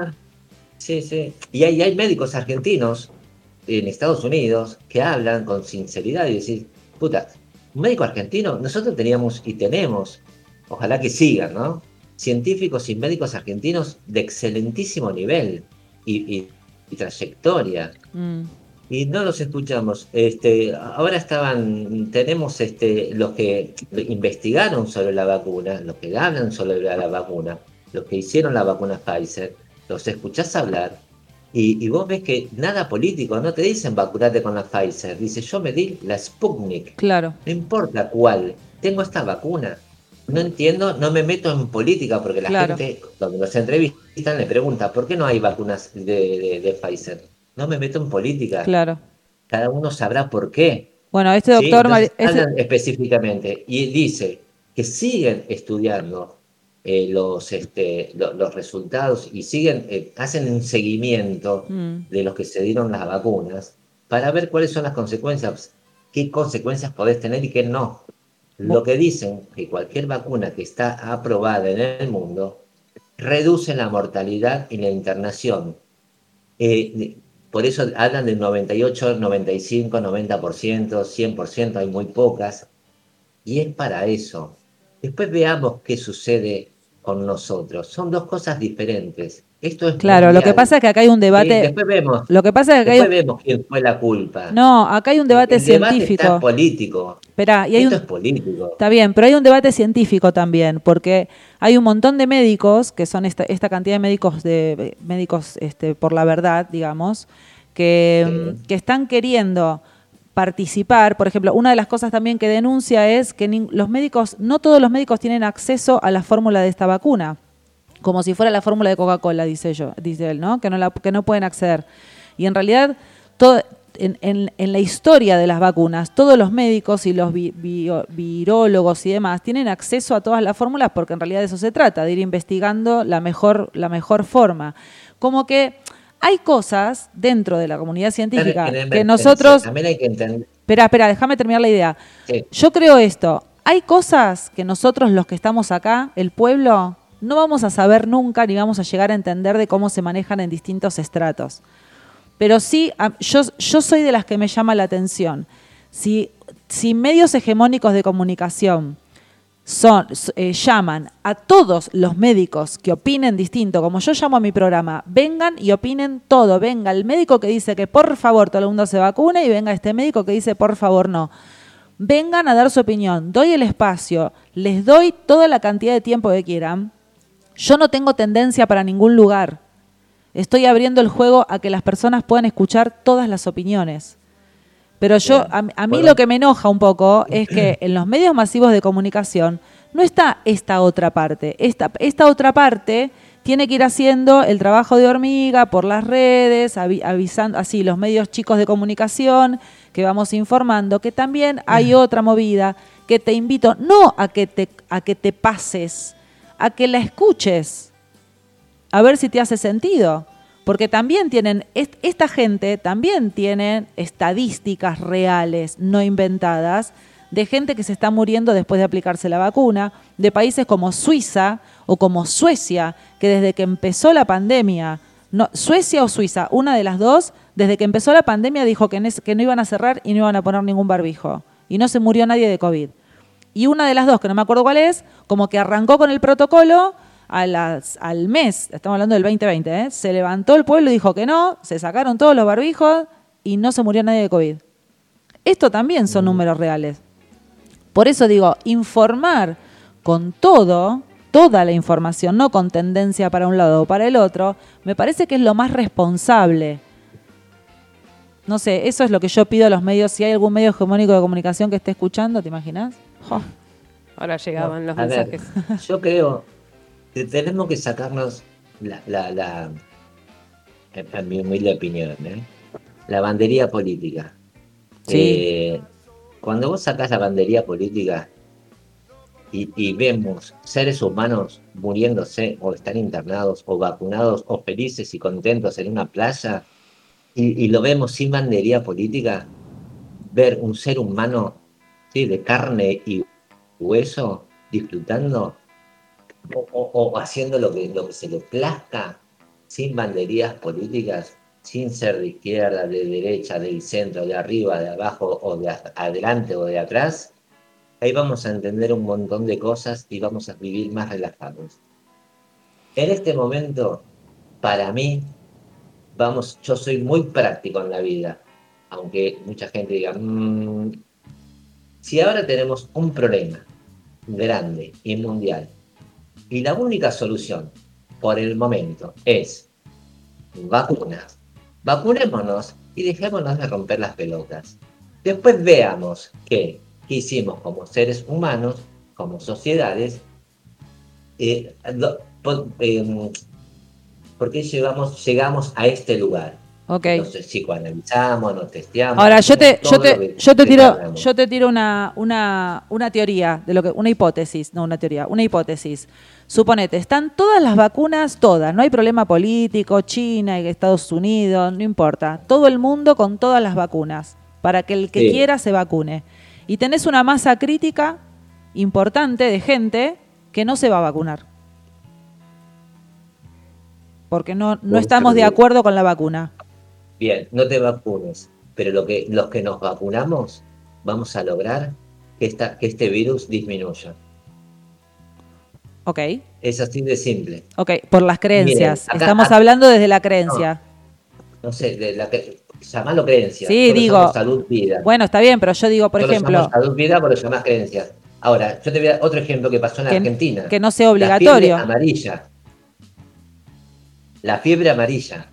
Speaker 6: Sí. Y hay médicos argentinos en Estados Unidos que hablan con sinceridad y decir, puta, un médico argentino, nosotros teníamos y tenemos, ojalá que sigan, ¿no? Científicos y médicos argentinos de excelentísimo nivel y trayectoria. Y no los escuchamos. Ahora tenemos los que investigaron sobre la vacuna, los que hablan sobre la vacuna, los que hicieron la vacuna Pfizer, los escuchás hablar y vos ves que nada político, no te dicen vacunate con la Pfizer, dice yo me di la Sputnik.
Speaker 1: Claro.
Speaker 6: No importa cuál, tengo esta vacuna. No entiendo, no me meto en política porque la gente, cuando los entrevistan, le pregunta ¿por qué no hay vacunas de Pfizer? No me meto en política.
Speaker 1: Claro.
Speaker 6: Cada uno sabrá por qué.
Speaker 1: Bueno, este doctor...
Speaker 6: Hablan específicamente y dice que siguen estudiando los resultados y hacen un seguimiento de los que se dieron las vacunas para ver cuáles son las consecuencias, qué consecuencias podés tener y qué no. Lo que dicen que cualquier vacuna que está aprobada en el mundo reduce la mortalidad y la internación. Por eso hablan del 98, 95, 90%, 100%, hay muy pocas. Y es para eso. Después veamos qué sucede con nosotros. Son dos cosas diferentes. Esto es
Speaker 1: claro, mundial. Lo que pasa es que acá hay un debate.
Speaker 6: Después vemos.
Speaker 1: Lo que pasa es que
Speaker 6: vemos quién fue la culpa.
Speaker 1: No, acá hay un debate científico.
Speaker 6: Debate está político.
Speaker 1: Esperá,
Speaker 6: Esto es político.
Speaker 1: Está bien, pero hay un debate científico también, porque hay un montón de médicos, que son esta cantidad de médicos por la verdad, digamos, que están queriendo participar. Por ejemplo, una de las cosas también que denuncia es que no todos los médicos tienen acceso a la fórmula de esta vacuna, como si fuera la fórmula de Coca-Cola, dice él, ¿no? Que no pueden acceder. Y en realidad, en la historia de las vacunas, todos los médicos y los virólogos y demás tienen acceso a todas las fórmulas porque en realidad de eso se trata, de ir investigando la mejor forma. Como que hay cosas dentro de la comunidad científica que nosotros...
Speaker 6: También hay que entender.
Speaker 1: Espera, déjame terminar la idea.
Speaker 6: Sí.
Speaker 1: Yo creo esto. Hay cosas que nosotros los que estamos acá, el pueblo, no vamos a saber nunca ni vamos a llegar a entender de cómo se manejan en distintos estratos. Pero sí, yo soy de las que me llama la atención. Si medios hegemónicos de comunicación llaman a todos los médicos que opinen distinto, como yo llamo a mi programa, vengan y opinen todo. Venga el médico que dice que por favor todo el mundo se vacune y venga este médico que dice por favor no. Vengan a dar su opinión, doy el espacio, les doy toda la cantidad de tiempo que quieran. Yo no tengo tendencia para ningún lugar. Estoy abriendo el juego a que las personas puedan escuchar todas las opiniones. Pero a mí
Speaker 6: Bueno.
Speaker 1: lo que me enoja un poco es que en los medios masivos de comunicación no está esta otra parte. Esta otra parte tiene que ir haciendo el trabajo de hormiga por las redes, avisando, así, los medios chicos de comunicación, que vamos informando, que también hay otra movida, que te invito, no a que te pases, a que la escuches, a ver si te hace sentido. Porque también esta gente también tiene estadísticas reales, no inventadas, de gente que se está muriendo después de aplicarse la vacuna, de países como Suiza o como Suecia, que desde que empezó la pandemia, Suecia o Suiza, una de las dos, desde que empezó la pandemia dijo que no iban a cerrar y no iban a poner ningún barbijo. Y no se murió nadie de COVID. Y una de las dos, que no me acuerdo cuál es, como que arrancó con el protocolo al mes, estamos hablando del 2020, se levantó el pueblo y dijo que no, se sacaron todos los barbijos y no se murió nadie de COVID. Esto también son números reales. Por eso digo, informar con toda la información, no con tendencia para un lado o para el otro, me parece que es lo más responsable. No sé, eso es lo que yo pido a los medios. Si hay algún medio hegemónico de comunicación que esté escuchando, ¿te imaginas?
Speaker 2: Ahora llegaban los
Speaker 6: A ver,
Speaker 2: mensajes.
Speaker 6: yo creo que tenemos que sacarnos en mi humilde opinión, la bandería política.
Speaker 1: Sí.
Speaker 6: Cuando vos sacás la bandería política y vemos seres humanos muriéndose o están internados o vacunados o felices y contentos en una playa y lo vemos sin bandería política, ver un ser humano, ¿sí?, de carne y hueso disfrutando o haciendo lo que se le plazca sin banderías políticas, sin ser de izquierda, de derecha, del centro, de arriba, de abajo o de adelante o de atrás, ahí vamos a entender un montón de cosas y vamos a vivir más relajados. En este momento, para mí, yo soy muy práctico en la vida, aunque mucha gente diga, si ahora tenemos un problema grande y mundial, y la única solución por el momento es vacunas, vacunémonos y dejémonos de romper las pelotas. Después veamos qué hicimos como seres humanos, como sociedades, porque llegamos a este lugar.
Speaker 1: Okay.
Speaker 6: Entonces psicoanalizamos, nos testeamos.
Speaker 1: Ahora yo te tiro una teoría, una hipótesis, no una teoría, una hipótesis. Suponete, están todas las vacunas, todas, no hay problema político, China, Estados Unidos, no importa, todo el mundo con todas las vacunas, para que el que quiera se vacune. Y tenés una masa crítica importante de gente que no se va a vacunar. Porque no estamos de acuerdo con la vacuna.
Speaker 6: Bien, no te vacunes, pero los que nos vacunamos vamos a lograr que este virus disminuya.
Speaker 1: Ok.
Speaker 6: Es así de simple.
Speaker 1: Ok, por las creencias.
Speaker 6: Miren,
Speaker 1: estamos hablando desde la creencia.
Speaker 6: No sé, llamalo creencia.
Speaker 1: Sí,
Speaker 6: yo
Speaker 1: digo.
Speaker 6: Salud, vida.
Speaker 1: Bueno, está bien, pero yo digo, por ejemplo.
Speaker 6: Lo salud, vida, pero lo llamás creencias. Ahora, yo te voy a dar otro ejemplo que pasó en Argentina.
Speaker 1: Que no sea obligatorio.
Speaker 6: La fiebre amarilla. La fiebre amarilla.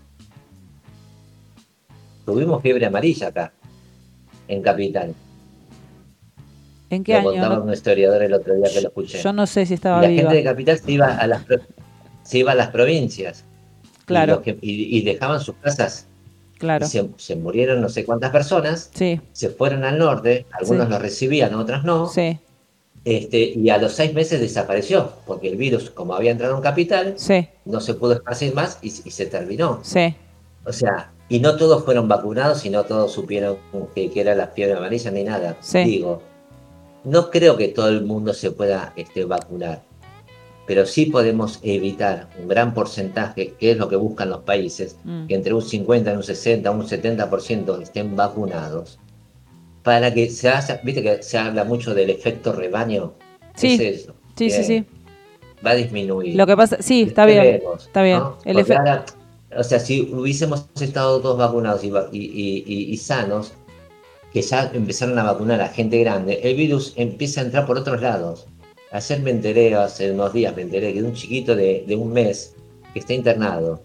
Speaker 6: Tuvimos fiebre amarilla acá, en Capital.
Speaker 1: ¿En qué
Speaker 6: lo
Speaker 1: año?
Speaker 6: contaba un historiador el otro día que lo escuché.
Speaker 1: Yo no sé si estaba
Speaker 6: viva. La
Speaker 1: viva.
Speaker 6: gente de Capital se iba a las provincias.
Speaker 1: Claro.
Speaker 6: Y dejaban sus casas.
Speaker 1: Claro.
Speaker 6: Y se murieron no sé cuántas personas.
Speaker 1: Sí.
Speaker 6: Se fueron al norte. Algunos los recibían, otros no.
Speaker 1: Sí.
Speaker 6: Y a los 6 meses desapareció. Porque el virus, como había entrado en Capital, no se pudo esparcir más y se terminó.
Speaker 1: Sí.
Speaker 6: O sea, y no todos fueron vacunados y no todos supieron que era la fiebre amarilla ni nada.
Speaker 1: Sí.
Speaker 6: Digo, no creo que todo el mundo se pueda vacunar, pero sí podemos evitar un gran porcentaje, que es lo que buscan los países, que entre un 50, un 60, un 70% estén vacunados, para que viste que se habla mucho del efecto rebaño.
Speaker 1: Sí,
Speaker 6: es eso,
Speaker 1: sí.
Speaker 6: Va a disminuir.
Speaker 1: Lo que pasa, sí, está bien, está bien.
Speaker 6: ¿no? O sea, si hubiésemos estado todos vacunados y sanos, que ya empezaron a vacunar a gente grande, el virus empieza a entrar por otros lados. Ayer hace unos días me enteré que de un chiquito de un mes que está internado,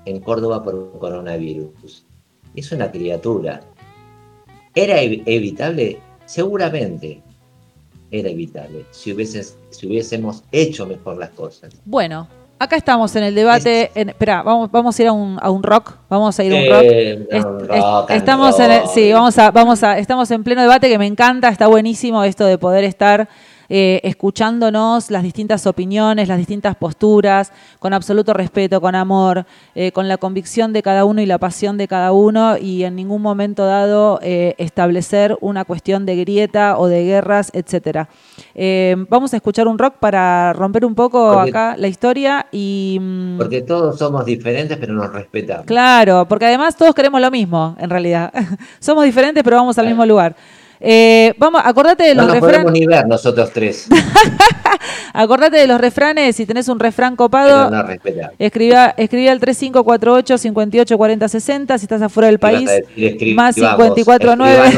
Speaker 6: en Córdoba por coronavirus. Es una criatura. ¿Era evitable? Seguramente era evitable si hubiésemos hecho mejor las cosas.
Speaker 1: Bueno, acá estamos en el debate. Espera, vamos a ir a un rock. Vamos a ir a un rock. Estamos estamos en pleno debate que me encanta. Está buenísimo esto de poder estar escuchándonos las distintas opiniones, las distintas posturas, con absoluto respeto, con amor, con la convicción de cada uno y la pasión de cada uno, y en ningún momento dado establecer una cuestión de grieta o de guerras, etcétera. Vamos a escuchar un rock para romper un poco acá la historia y
Speaker 6: porque todos somos diferentes, pero nos respetamos.
Speaker 1: Claro, porque además todos queremos lo mismo, en realidad. Somos diferentes, pero vamos al mismo lugar. Acordate de los refranes. No nos podemos
Speaker 6: ni ver nosotros tres.
Speaker 1: Acordate de los refranes. Si tenés un refrán copado, no, escribí al 3548-584060. Si estás afuera del país, más 549.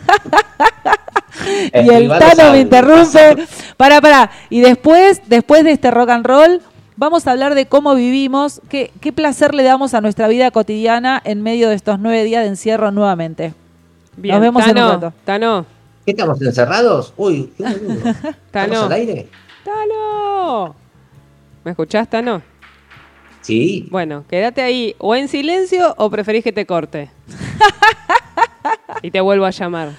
Speaker 1: Y el Tano me interrumpe. Pará. Y después de este rock and roll, vamos a hablar de cómo vivimos, qué placer le damos a nuestra vida cotidiana en medio de estos 9 días de encierro nuevamente.
Speaker 2: Bien,
Speaker 1: nos vemos en un rato.
Speaker 2: Tano.
Speaker 6: ¿Qué, estamos encerrados? Uy, qué boludo. ¿Estamos al aire?
Speaker 2: Tano. ¿Me escuchás, Tano?
Speaker 6: Sí.
Speaker 2: Bueno, quédate ahí. O en silencio o preferís que te corte. Y te vuelvo a llamar.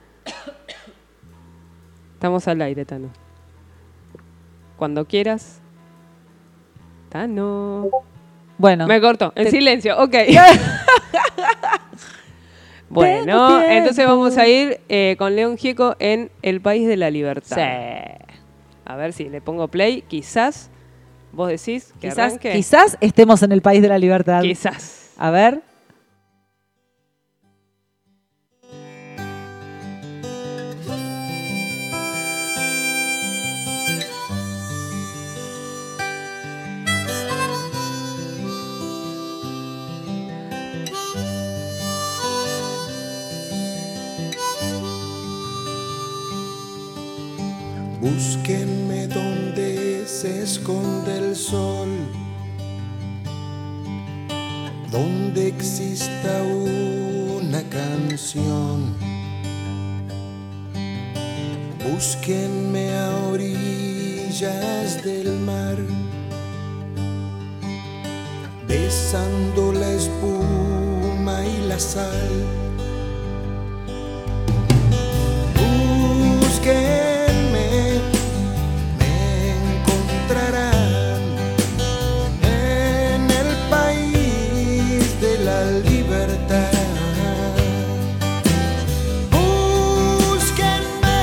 Speaker 2: Estamos al aire, Tano. Cuando quieras. Tano.
Speaker 1: Bueno.
Speaker 2: Me cortó. En silencio, ok. Bueno, entonces vamos a ir con León Gieco en El País de la Libertad.
Speaker 1: Sí.
Speaker 2: A ver si le pongo play. Quizás, vos decís que
Speaker 1: quizás estemos en el País de la Libertad.
Speaker 2: Quizás.
Speaker 1: A ver.
Speaker 7: Búsquenme donde se esconde el sol, donde exista una canción. Búsquenme a orillas del mar, besando la espuma y la sal. Búsquenme, en el país de la libertad. Búsquenme,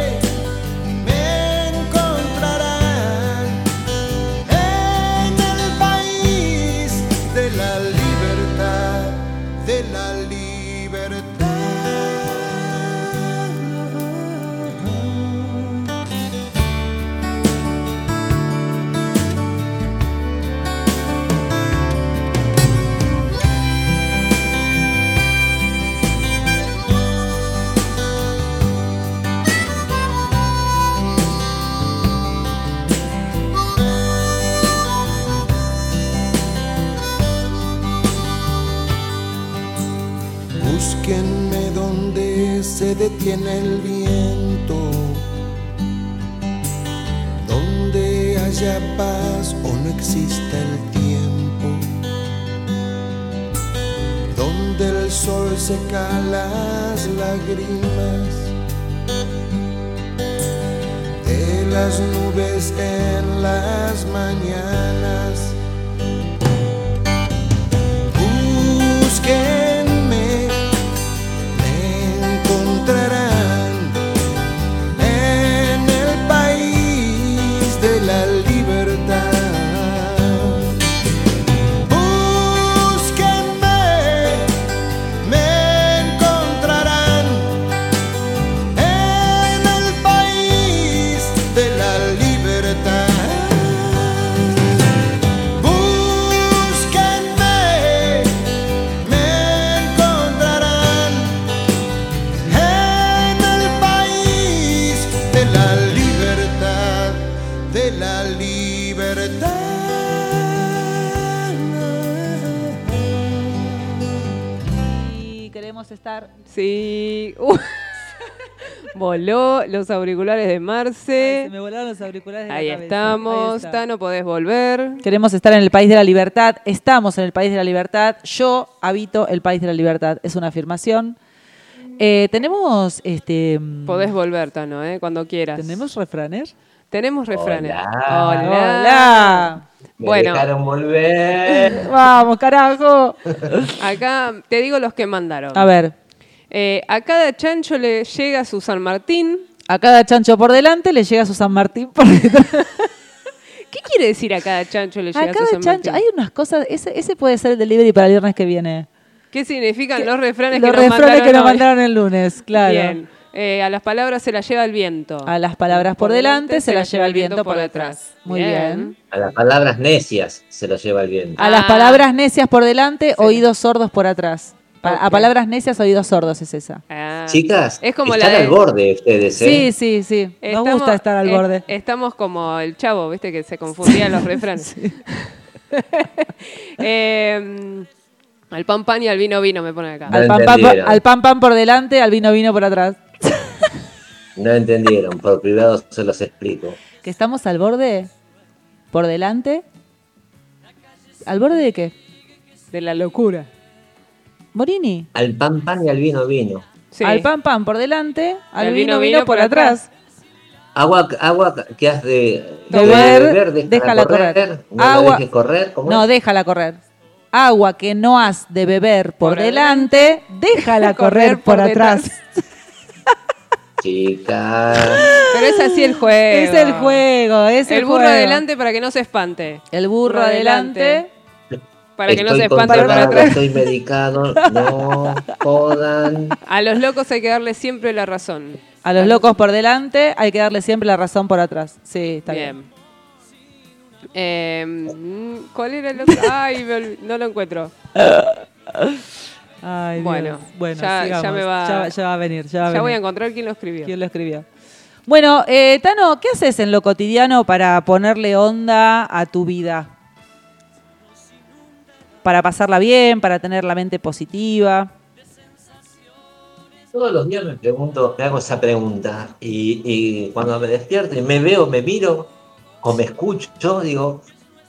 Speaker 7: me encontrarán en el país de la libertad, de la libertad. Búsquenme donde se detiene el viento, donde haya paz o no exista el tiempo, donde el sol seca las lágrimas de las nubes en las mañanas. Búsquenme, en el país de la libertad. Búsquenme, me encontrarán en el país de la libertad. Búsquenme, me encontrarán en el país de la libertad, de la libertad.
Speaker 1: queremos estar.
Speaker 2: Sí. Voló los auriculares de Marce.
Speaker 1: Se me volaron los auriculares de
Speaker 2: Ahí
Speaker 1: la cabeza.
Speaker 2: estamos.
Speaker 1: Ahí está.
Speaker 2: Tano, podés volver.
Speaker 1: Queremos estar en el país de la libertad. Estamos en el país de la libertad. Yo habito el país de la libertad. Es una afirmación. Tenemos
Speaker 2: Podés volver, Tano, cuando quieras.
Speaker 1: ¿Tenemos refranes?
Speaker 2: Tenemos refranes.
Speaker 6: Hola.
Speaker 1: Hola.
Speaker 6: Me
Speaker 2: Bueno.
Speaker 6: dejaron volver.
Speaker 1: Vamos, carajo.
Speaker 2: Acá te digo los que mandaron.
Speaker 1: A ver,
Speaker 2: A cada chancho le llega su San Martín.
Speaker 1: a cada chancho por delante le llega su San Martín por detrás.
Speaker 2: ¿Qué quiere decir a cada chancho le llega
Speaker 1: A
Speaker 2: su
Speaker 1: cada
Speaker 2: San
Speaker 1: chancho,
Speaker 2: Martín?
Speaker 1: hay unas cosas, ese puede ser el delivery para el viernes que viene.
Speaker 2: ¿Qué significan los refranes
Speaker 1: Los
Speaker 2: que nos
Speaker 1: refranes que nos
Speaker 2: hoy?
Speaker 1: mandaron el lunes, claro.
Speaker 2: Bien. A las palabras se las lleva el viento.
Speaker 1: A las palabras por delante se las lleva el viento por detrás. Muy bien.
Speaker 6: A las palabras necias se lo lleva el viento.
Speaker 1: A las palabras necias por delante, oídos sordos por atrás. A
Speaker 2: Ok.
Speaker 1: palabras necias, oídos sordos es esa.
Speaker 2: Ah.
Speaker 6: Chicas,
Speaker 2: es como
Speaker 6: están
Speaker 2: la de-
Speaker 6: al borde ustedes, ¿eh?
Speaker 1: Sí, sí, sí. Nos
Speaker 2: Estamos-
Speaker 1: gusta estar al borde.
Speaker 2: Estamos como el Chavo, ¿viste? Que se confundían los refranes. Al pan pan y al vino vino me pone acá.
Speaker 6: No
Speaker 1: Al pan,
Speaker 6: entendieron.
Speaker 1: al pan pan por delante, al vino vino por atrás.
Speaker 6: No entendieron, por privado se los explico.
Speaker 1: ¿Que estamos al borde? ¿Por delante? ¿Al borde de qué?
Speaker 2: De la locura.
Speaker 1: Morini.
Speaker 6: Al pan pan y al vino vino.
Speaker 2: Sí.
Speaker 1: Al pan pan por delante, al
Speaker 2: Al
Speaker 1: vino vino por atrás.
Speaker 6: Agua que has de
Speaker 1: Beber,
Speaker 6: déjala
Speaker 1: déjala correr.
Speaker 6: No la
Speaker 1: Agua-
Speaker 6: dejes correr. ¿cómo
Speaker 1: No,
Speaker 6: es?
Speaker 1: déjala correr. Agua que no has de beber por delante, déjala correr por atrás.
Speaker 6: Chicas.
Speaker 2: Pero es así el juego.
Speaker 1: Es el juego, es el
Speaker 2: El burro
Speaker 1: juego.
Speaker 2: adelante para que no se espante.
Speaker 1: El burro adelante.
Speaker 2: Para que no se
Speaker 6: Estoy
Speaker 2: espante para
Speaker 6: controlado,
Speaker 2: atrás.
Speaker 6: estoy medicado. No jodan.
Speaker 2: A los locos hay que darle siempre la razón.
Speaker 1: A los locos por delante hay que darle siempre la razón por atrás. Sí, está bien.
Speaker 2: ¿Cuál era el otro? Ay, no lo encuentro.
Speaker 1: Ay, Dios.
Speaker 2: Bueno,
Speaker 1: Bueno,
Speaker 2: ya
Speaker 1: sigamos.
Speaker 2: me va-
Speaker 1: Ya va a venir. Ya, va a
Speaker 2: Ya voy a
Speaker 1: venir.
Speaker 2: encontrar quién lo escribió.
Speaker 1: ¿Quién lo escribió? Bueno, Tano, ¿qué haces en lo cotidiano para ponerle onda a tu vida? Para pasarla bien, para tener la mente positiva.
Speaker 6: Todos los días me hago esa pregunta. Y cuando me despierto y me veo, me miro o me escucho, digo,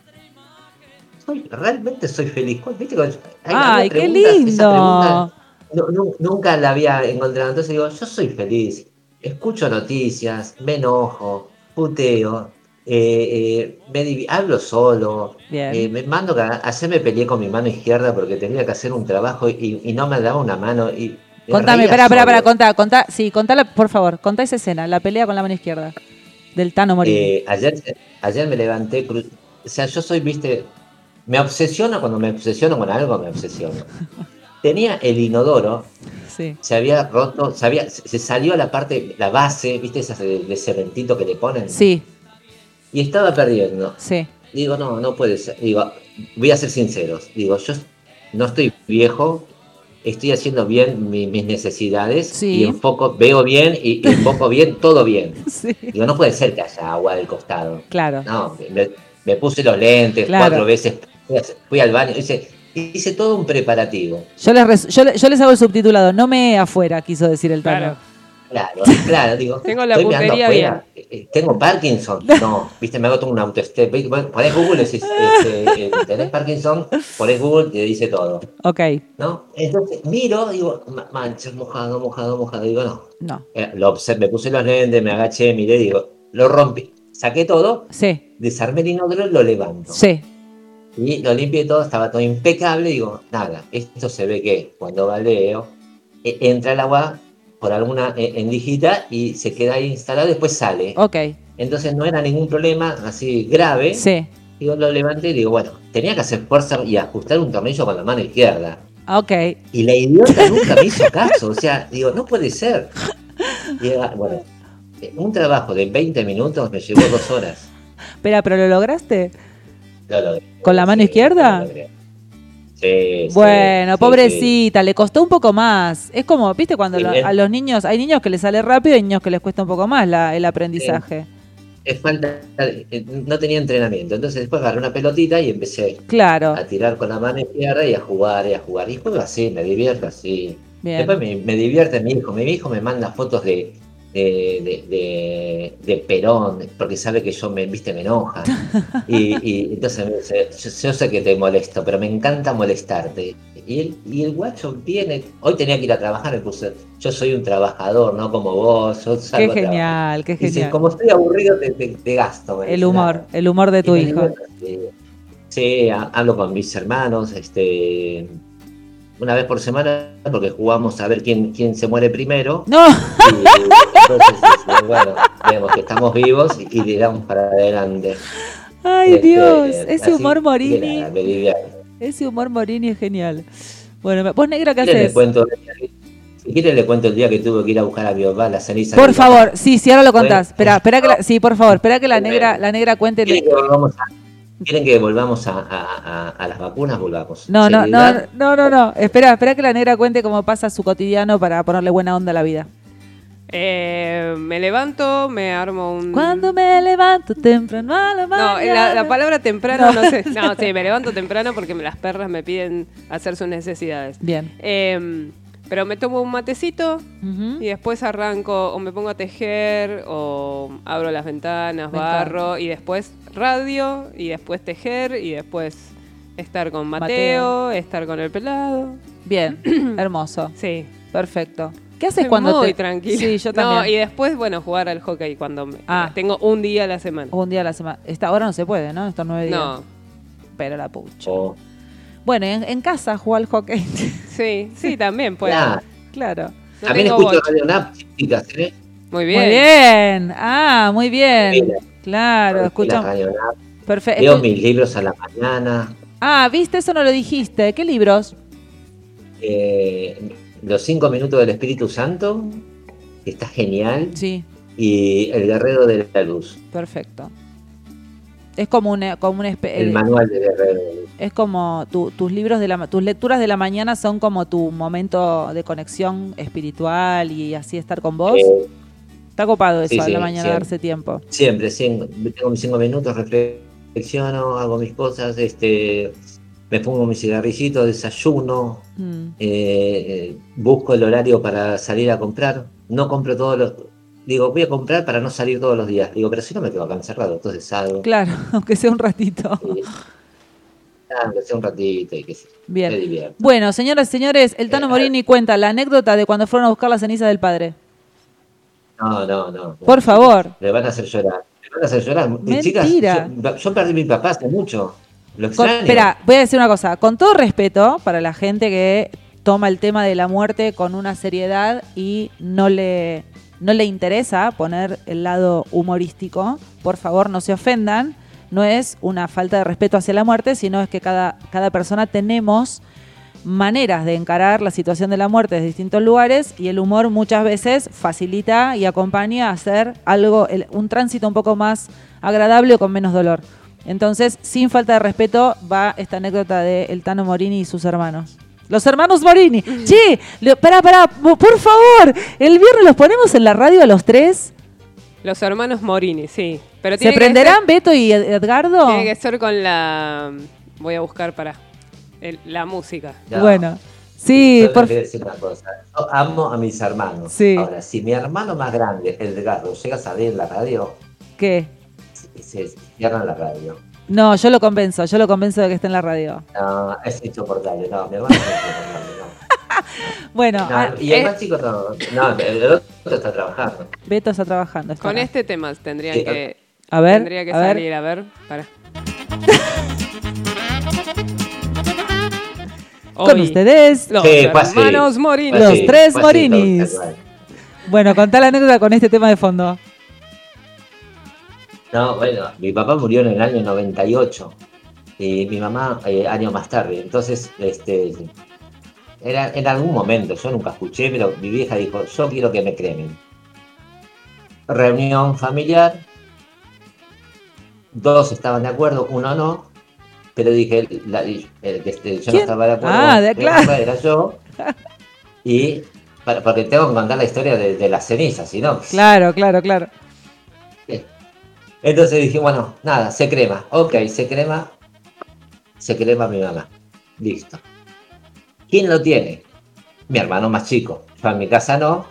Speaker 6: realmente soy feliz. ¿Viste?
Speaker 1: ¡Ay, qué
Speaker 6: Esa
Speaker 1: lindo!
Speaker 6: pregunta nunca la había encontrado. Entonces digo, yo soy feliz. Escucho noticias, me enojo, puteo, hablo solo.
Speaker 1: Bien.
Speaker 6: Me mando ayer me peleé con mi mano izquierda porque tenía que hacer un trabajo y no me daba una mano. Y me
Speaker 1: Contame,
Speaker 6: reía
Speaker 1: espera,
Speaker 6: solo.
Speaker 1: contala, por favor, contá esa escena, la pelea con la mano izquierda del Tano Morini.
Speaker 6: Ayer me levanté, o sea, yo soy, viste, me obsesiono cuando me obsesiono con algo, me obsesiono. Tenía el inodoro,
Speaker 1: Sí.
Speaker 6: se había roto, se salió la base, viste, esas de cementito que le ponen.
Speaker 1: Sí,
Speaker 6: Y estaba perdiendo.
Speaker 1: sí.
Speaker 6: Digo, no puede ser. Digo, voy a ser sinceros. Digo, yo no estoy viejo, estoy haciendo bien mis necesidades
Speaker 1: Sí.
Speaker 6: y veo bien y enfoco bien, todo bien.
Speaker 1: Sí.
Speaker 6: Digo, no puede ser que haya agua del costado.
Speaker 1: Claro.
Speaker 6: No, me puse los lentes
Speaker 1: Claro.
Speaker 6: 4 veces, fui al baño, hice todo un preparativo.
Speaker 1: Yo les hago el subtitulado, no me afuera, quiso decir el Tano.
Speaker 6: Claro, digo,
Speaker 2: Tengo la
Speaker 6: estoy meando
Speaker 2: puntería
Speaker 6: afuera. ¿Tengo Parkinson? No, viste, me hago todo un autostep. Bueno, ponés Google, tenés Parkinson, ponés Google, te dice todo,
Speaker 1: Ok,
Speaker 6: ¿no? Entonces miro, digo, mancha, mojado, digo, no.
Speaker 1: no.
Speaker 6: Lo observé, me puse los lentes, me agaché, miré, digo, lo rompí, saqué todo,
Speaker 1: Sí,
Speaker 6: desarmé el inodoro y lo levanto.
Speaker 1: sí.
Speaker 6: Y lo limpié todo, estaba todo impecable. Digo, nada, esto se ve que cuando baleo, entra el agua por alguna endijita y se queda ahí instalado y después sale.
Speaker 1: Ok,
Speaker 6: Entonces no era ningún problema así grave.
Speaker 1: sí.
Speaker 6: Digo, lo levanté y digo, bueno, tenía que hacer fuerza y ajustar un tornillo con la mano izquierda.
Speaker 1: Ok.
Speaker 6: Y la idiota nunca me hizo caso. O sea, digo, no puede ser. Y, bueno, un trabajo de 20 minutos me llevó 2 horas.
Speaker 1: Espera, ¿pero lo lograste?
Speaker 6: Lo logré.
Speaker 1: ¿Con la mano
Speaker 6: Sí,
Speaker 1: izquierda?
Speaker 6: lo logré. Sí,
Speaker 1: Bueno,
Speaker 6: sí,
Speaker 1: pobrecita, le costó un poco más. Es como, viste, cuando
Speaker 6: Sí,
Speaker 1: a los niños, hay niños que les sale rápido y hay niños que les cuesta un poco más el aprendizaje.
Speaker 6: Es falta, no tenía entrenamiento. Entonces después agarré una pelotita y empecé
Speaker 1: Claro.
Speaker 6: a tirar con la mano izquierda y a jugar. Y después así, me divierto así.
Speaker 1: Bien.
Speaker 6: Después me divierte mi hijo. Mi hijo me manda fotos de Perón, porque sabe que yo me enoja. Y entonces me dice, yo sé que te molesto, pero me encanta molestarte. Y el guacho viene, hoy tenía que ir a trabajar, me puse, yo soy un trabajador, no como vos, yo
Speaker 1: Qué
Speaker 6: salgo a trabajar.
Speaker 1: genial, qué
Speaker 6: Dice,
Speaker 1: genial.
Speaker 6: como estoy aburrido, te gasto. me
Speaker 1: El
Speaker 6: dice,
Speaker 1: humor,
Speaker 6: nada.
Speaker 1: el humor de
Speaker 6: Y
Speaker 1: tu
Speaker 6: me
Speaker 1: hijo.
Speaker 6: divierto, sí, hablo con mis hermanos, una vez por semana, porque jugamos a ver quién se muere primero.
Speaker 1: No,
Speaker 6: Y entonces, bueno, vemos que estamos vivos y le damos para adelante.
Speaker 1: ay Dios, ese
Speaker 6: Así
Speaker 1: humor
Speaker 6: que
Speaker 1: Morini,
Speaker 6: nada, me divierte.
Speaker 1: ese humor Morini es genial. Bueno, vos negra, ¿qué
Speaker 6: Si quieren,
Speaker 1: haces?
Speaker 6: si quieren, le cuento el día que tuve que ir a buscar a mi papá la ceniza.
Speaker 1: Por
Speaker 6: de mi papá.
Speaker 1: favor, sí, ahora lo contás.
Speaker 6: Bueno,
Speaker 1: Espera sí, por favor, espera que la negra cuente.
Speaker 6: ¿Quieren que volvamos a las vacunas? Volvamos.
Speaker 1: No.
Speaker 6: ¿Seriedad?
Speaker 1: Espera que la negra cuente cómo pasa su cotidiano para ponerle buena onda a la vida.
Speaker 2: Me levanto, me armo un...
Speaker 1: Cuando me levanto temprano a la
Speaker 2: No,
Speaker 1: mañana.
Speaker 2: la palabra temprano no sé. No, sí, me levanto temprano porque las perras me piden hacer sus necesidades.
Speaker 1: Bien.
Speaker 2: Pero me tomo un matecito
Speaker 1: Ujú.
Speaker 2: y después arranco o me pongo a tejer o abro las ventanas,
Speaker 1: Me
Speaker 2: barro y después radio y después tejer y después estar con Mateo. Estar con el pelado.
Speaker 1: Bien, hermoso.
Speaker 2: Sí.
Speaker 1: Perfecto. ¿Qué haces
Speaker 2: Soy
Speaker 1: cuando
Speaker 2: muy
Speaker 1: te...?
Speaker 2: tranquila.
Speaker 1: Sí, yo también.
Speaker 2: No, y después, bueno, jugar al hockey cuando tengo un día a la semana.
Speaker 1: Un día a la semana. Esta hora no se puede, ¿no? Estos 9 días.
Speaker 2: No.
Speaker 1: Pero la pucha.
Speaker 6: O-
Speaker 1: Bueno, en casa juega al hockey.
Speaker 2: Sí, también puedo.
Speaker 6: Claro.
Speaker 1: Claro.
Speaker 2: No
Speaker 6: También
Speaker 2: tengo
Speaker 6: escucho
Speaker 2: bocha.
Speaker 6: Radio NAP, chicas, ¿eh?
Speaker 2: Muy bien.
Speaker 1: Muy bien. Ah, muy bien.
Speaker 6: Mira.
Speaker 1: Claro,
Speaker 6: La
Speaker 1: escuchamos.
Speaker 6: Radio NAP.
Speaker 1: Perfecto.
Speaker 6: Leo mis libros a la mañana.
Speaker 1: Ah, viste, eso no lo dijiste. ¿Qué libros?
Speaker 6: Los 5 minutos del Espíritu Santo, que está genial.
Speaker 1: Sí,
Speaker 6: Y El Guerrero de la Luz.
Speaker 1: perfecto. Es como una
Speaker 6: El manual de Guerrero de la Luz.
Speaker 1: es como tus libros tus lecturas de la mañana son como tu momento de conexión espiritual y así estar con vos. Está copado eso,
Speaker 6: sí,
Speaker 1: a
Speaker 6: sí,
Speaker 1: la mañana
Speaker 6: siempre.
Speaker 1: darse tiempo.
Speaker 6: Siempre, tengo mis 5 minutos, reflexiono, hago mis cosas, me pongo mi cigarrillito, desayuno, busco el horario para salir a comprar. No compro todos los... Digo, voy a comprar para no salir todos los días. Digo, pero si no me quedo acá encerrado, entonces salgo.
Speaker 1: Claro, aunque sea un ratito.
Speaker 6: Que sea un ratito y que se
Speaker 1: Bien.
Speaker 6: me divierta.
Speaker 1: Bueno, señoras y señores, el Tano Morini cuenta la anécdota de cuando fueron a buscar la ceniza del padre.
Speaker 6: No.
Speaker 1: Por favor.
Speaker 6: Me van a hacer llorar.
Speaker 1: Mentira.
Speaker 6: Chicas, yo perdí a mi papá hace mucho. Lo extraño.
Speaker 1: Espera, voy a decir una cosa. Con todo respeto para la gente que toma el tema de la muerte con una seriedad y no le interesa poner el lado humorístico, por favor no se ofendan. No es una falta de respeto hacia la muerte, sino es que cada persona tenemos maneras de encarar la situación de la muerte desde distintos lugares y el humor muchas veces facilita y acompaña a hacer un tránsito un poco más agradable o con menos dolor. Entonces, sin falta de respeto, va esta anécdota de el Tano Morini y sus hermanos. Los hermanos Morini. Che, pará, por favor. El viernes los ponemos en la radio a los 3.
Speaker 2: Los hermanos Morini, sí. Pero
Speaker 1: ¿Se prenderán Beto y Edgardo?
Speaker 2: Tiene que ser con la... Voy a buscar la música.
Speaker 6: No.
Speaker 1: Bueno, sí,
Speaker 6: Yo quiero decir una cosa. Yo amo a mis hermanos.
Speaker 1: Sí.
Speaker 6: Ahora, si mi hermano más grande, Edgardo, llega a salir en la radio,
Speaker 1: ¿qué?
Speaker 6: se cierra la radio.
Speaker 1: No, yo lo convenzo de que esté en la radio.
Speaker 6: No, es insoportable. No, mi hermano es insoportable. No.
Speaker 1: Bueno,
Speaker 6: Y el más chico no, el otro está trabajando.
Speaker 1: Beto está trabajando.
Speaker 2: Con este tema tendría
Speaker 6: Sí,
Speaker 2: que
Speaker 1: a ver.
Speaker 2: salir. A ver, para.
Speaker 1: Con ustedes,
Speaker 2: Los
Speaker 6: Sí, fue así.
Speaker 2: hermanos Morini.
Speaker 1: Los
Speaker 6: Sí,
Speaker 1: tres
Speaker 6: fue así,
Speaker 1: Morinis.
Speaker 6: tal cual.
Speaker 1: Bueno, contá la anécdota con este tema de fondo.
Speaker 6: No, bueno, mi papá murió en el año 98 y mi mamá años más tarde. Entonces, era en algún momento, yo nunca escuché, pero mi vieja dijo, yo quiero que me cremen. Reunión familiar, 2 estaban de acuerdo, 1 no, pero dije, yo no
Speaker 1: ¿Quién?
Speaker 6: estaba de acuerdo,
Speaker 1: Claro.
Speaker 6: era yo, y porque tengo que contar la historia de las cenizas, si no...
Speaker 1: Claro.
Speaker 6: Entonces dije, bueno, nada, se crema. Ok, se crema mi mamá. Listo. ¿Quién lo tiene? Mi hermano más chico. Yo en mi casa no.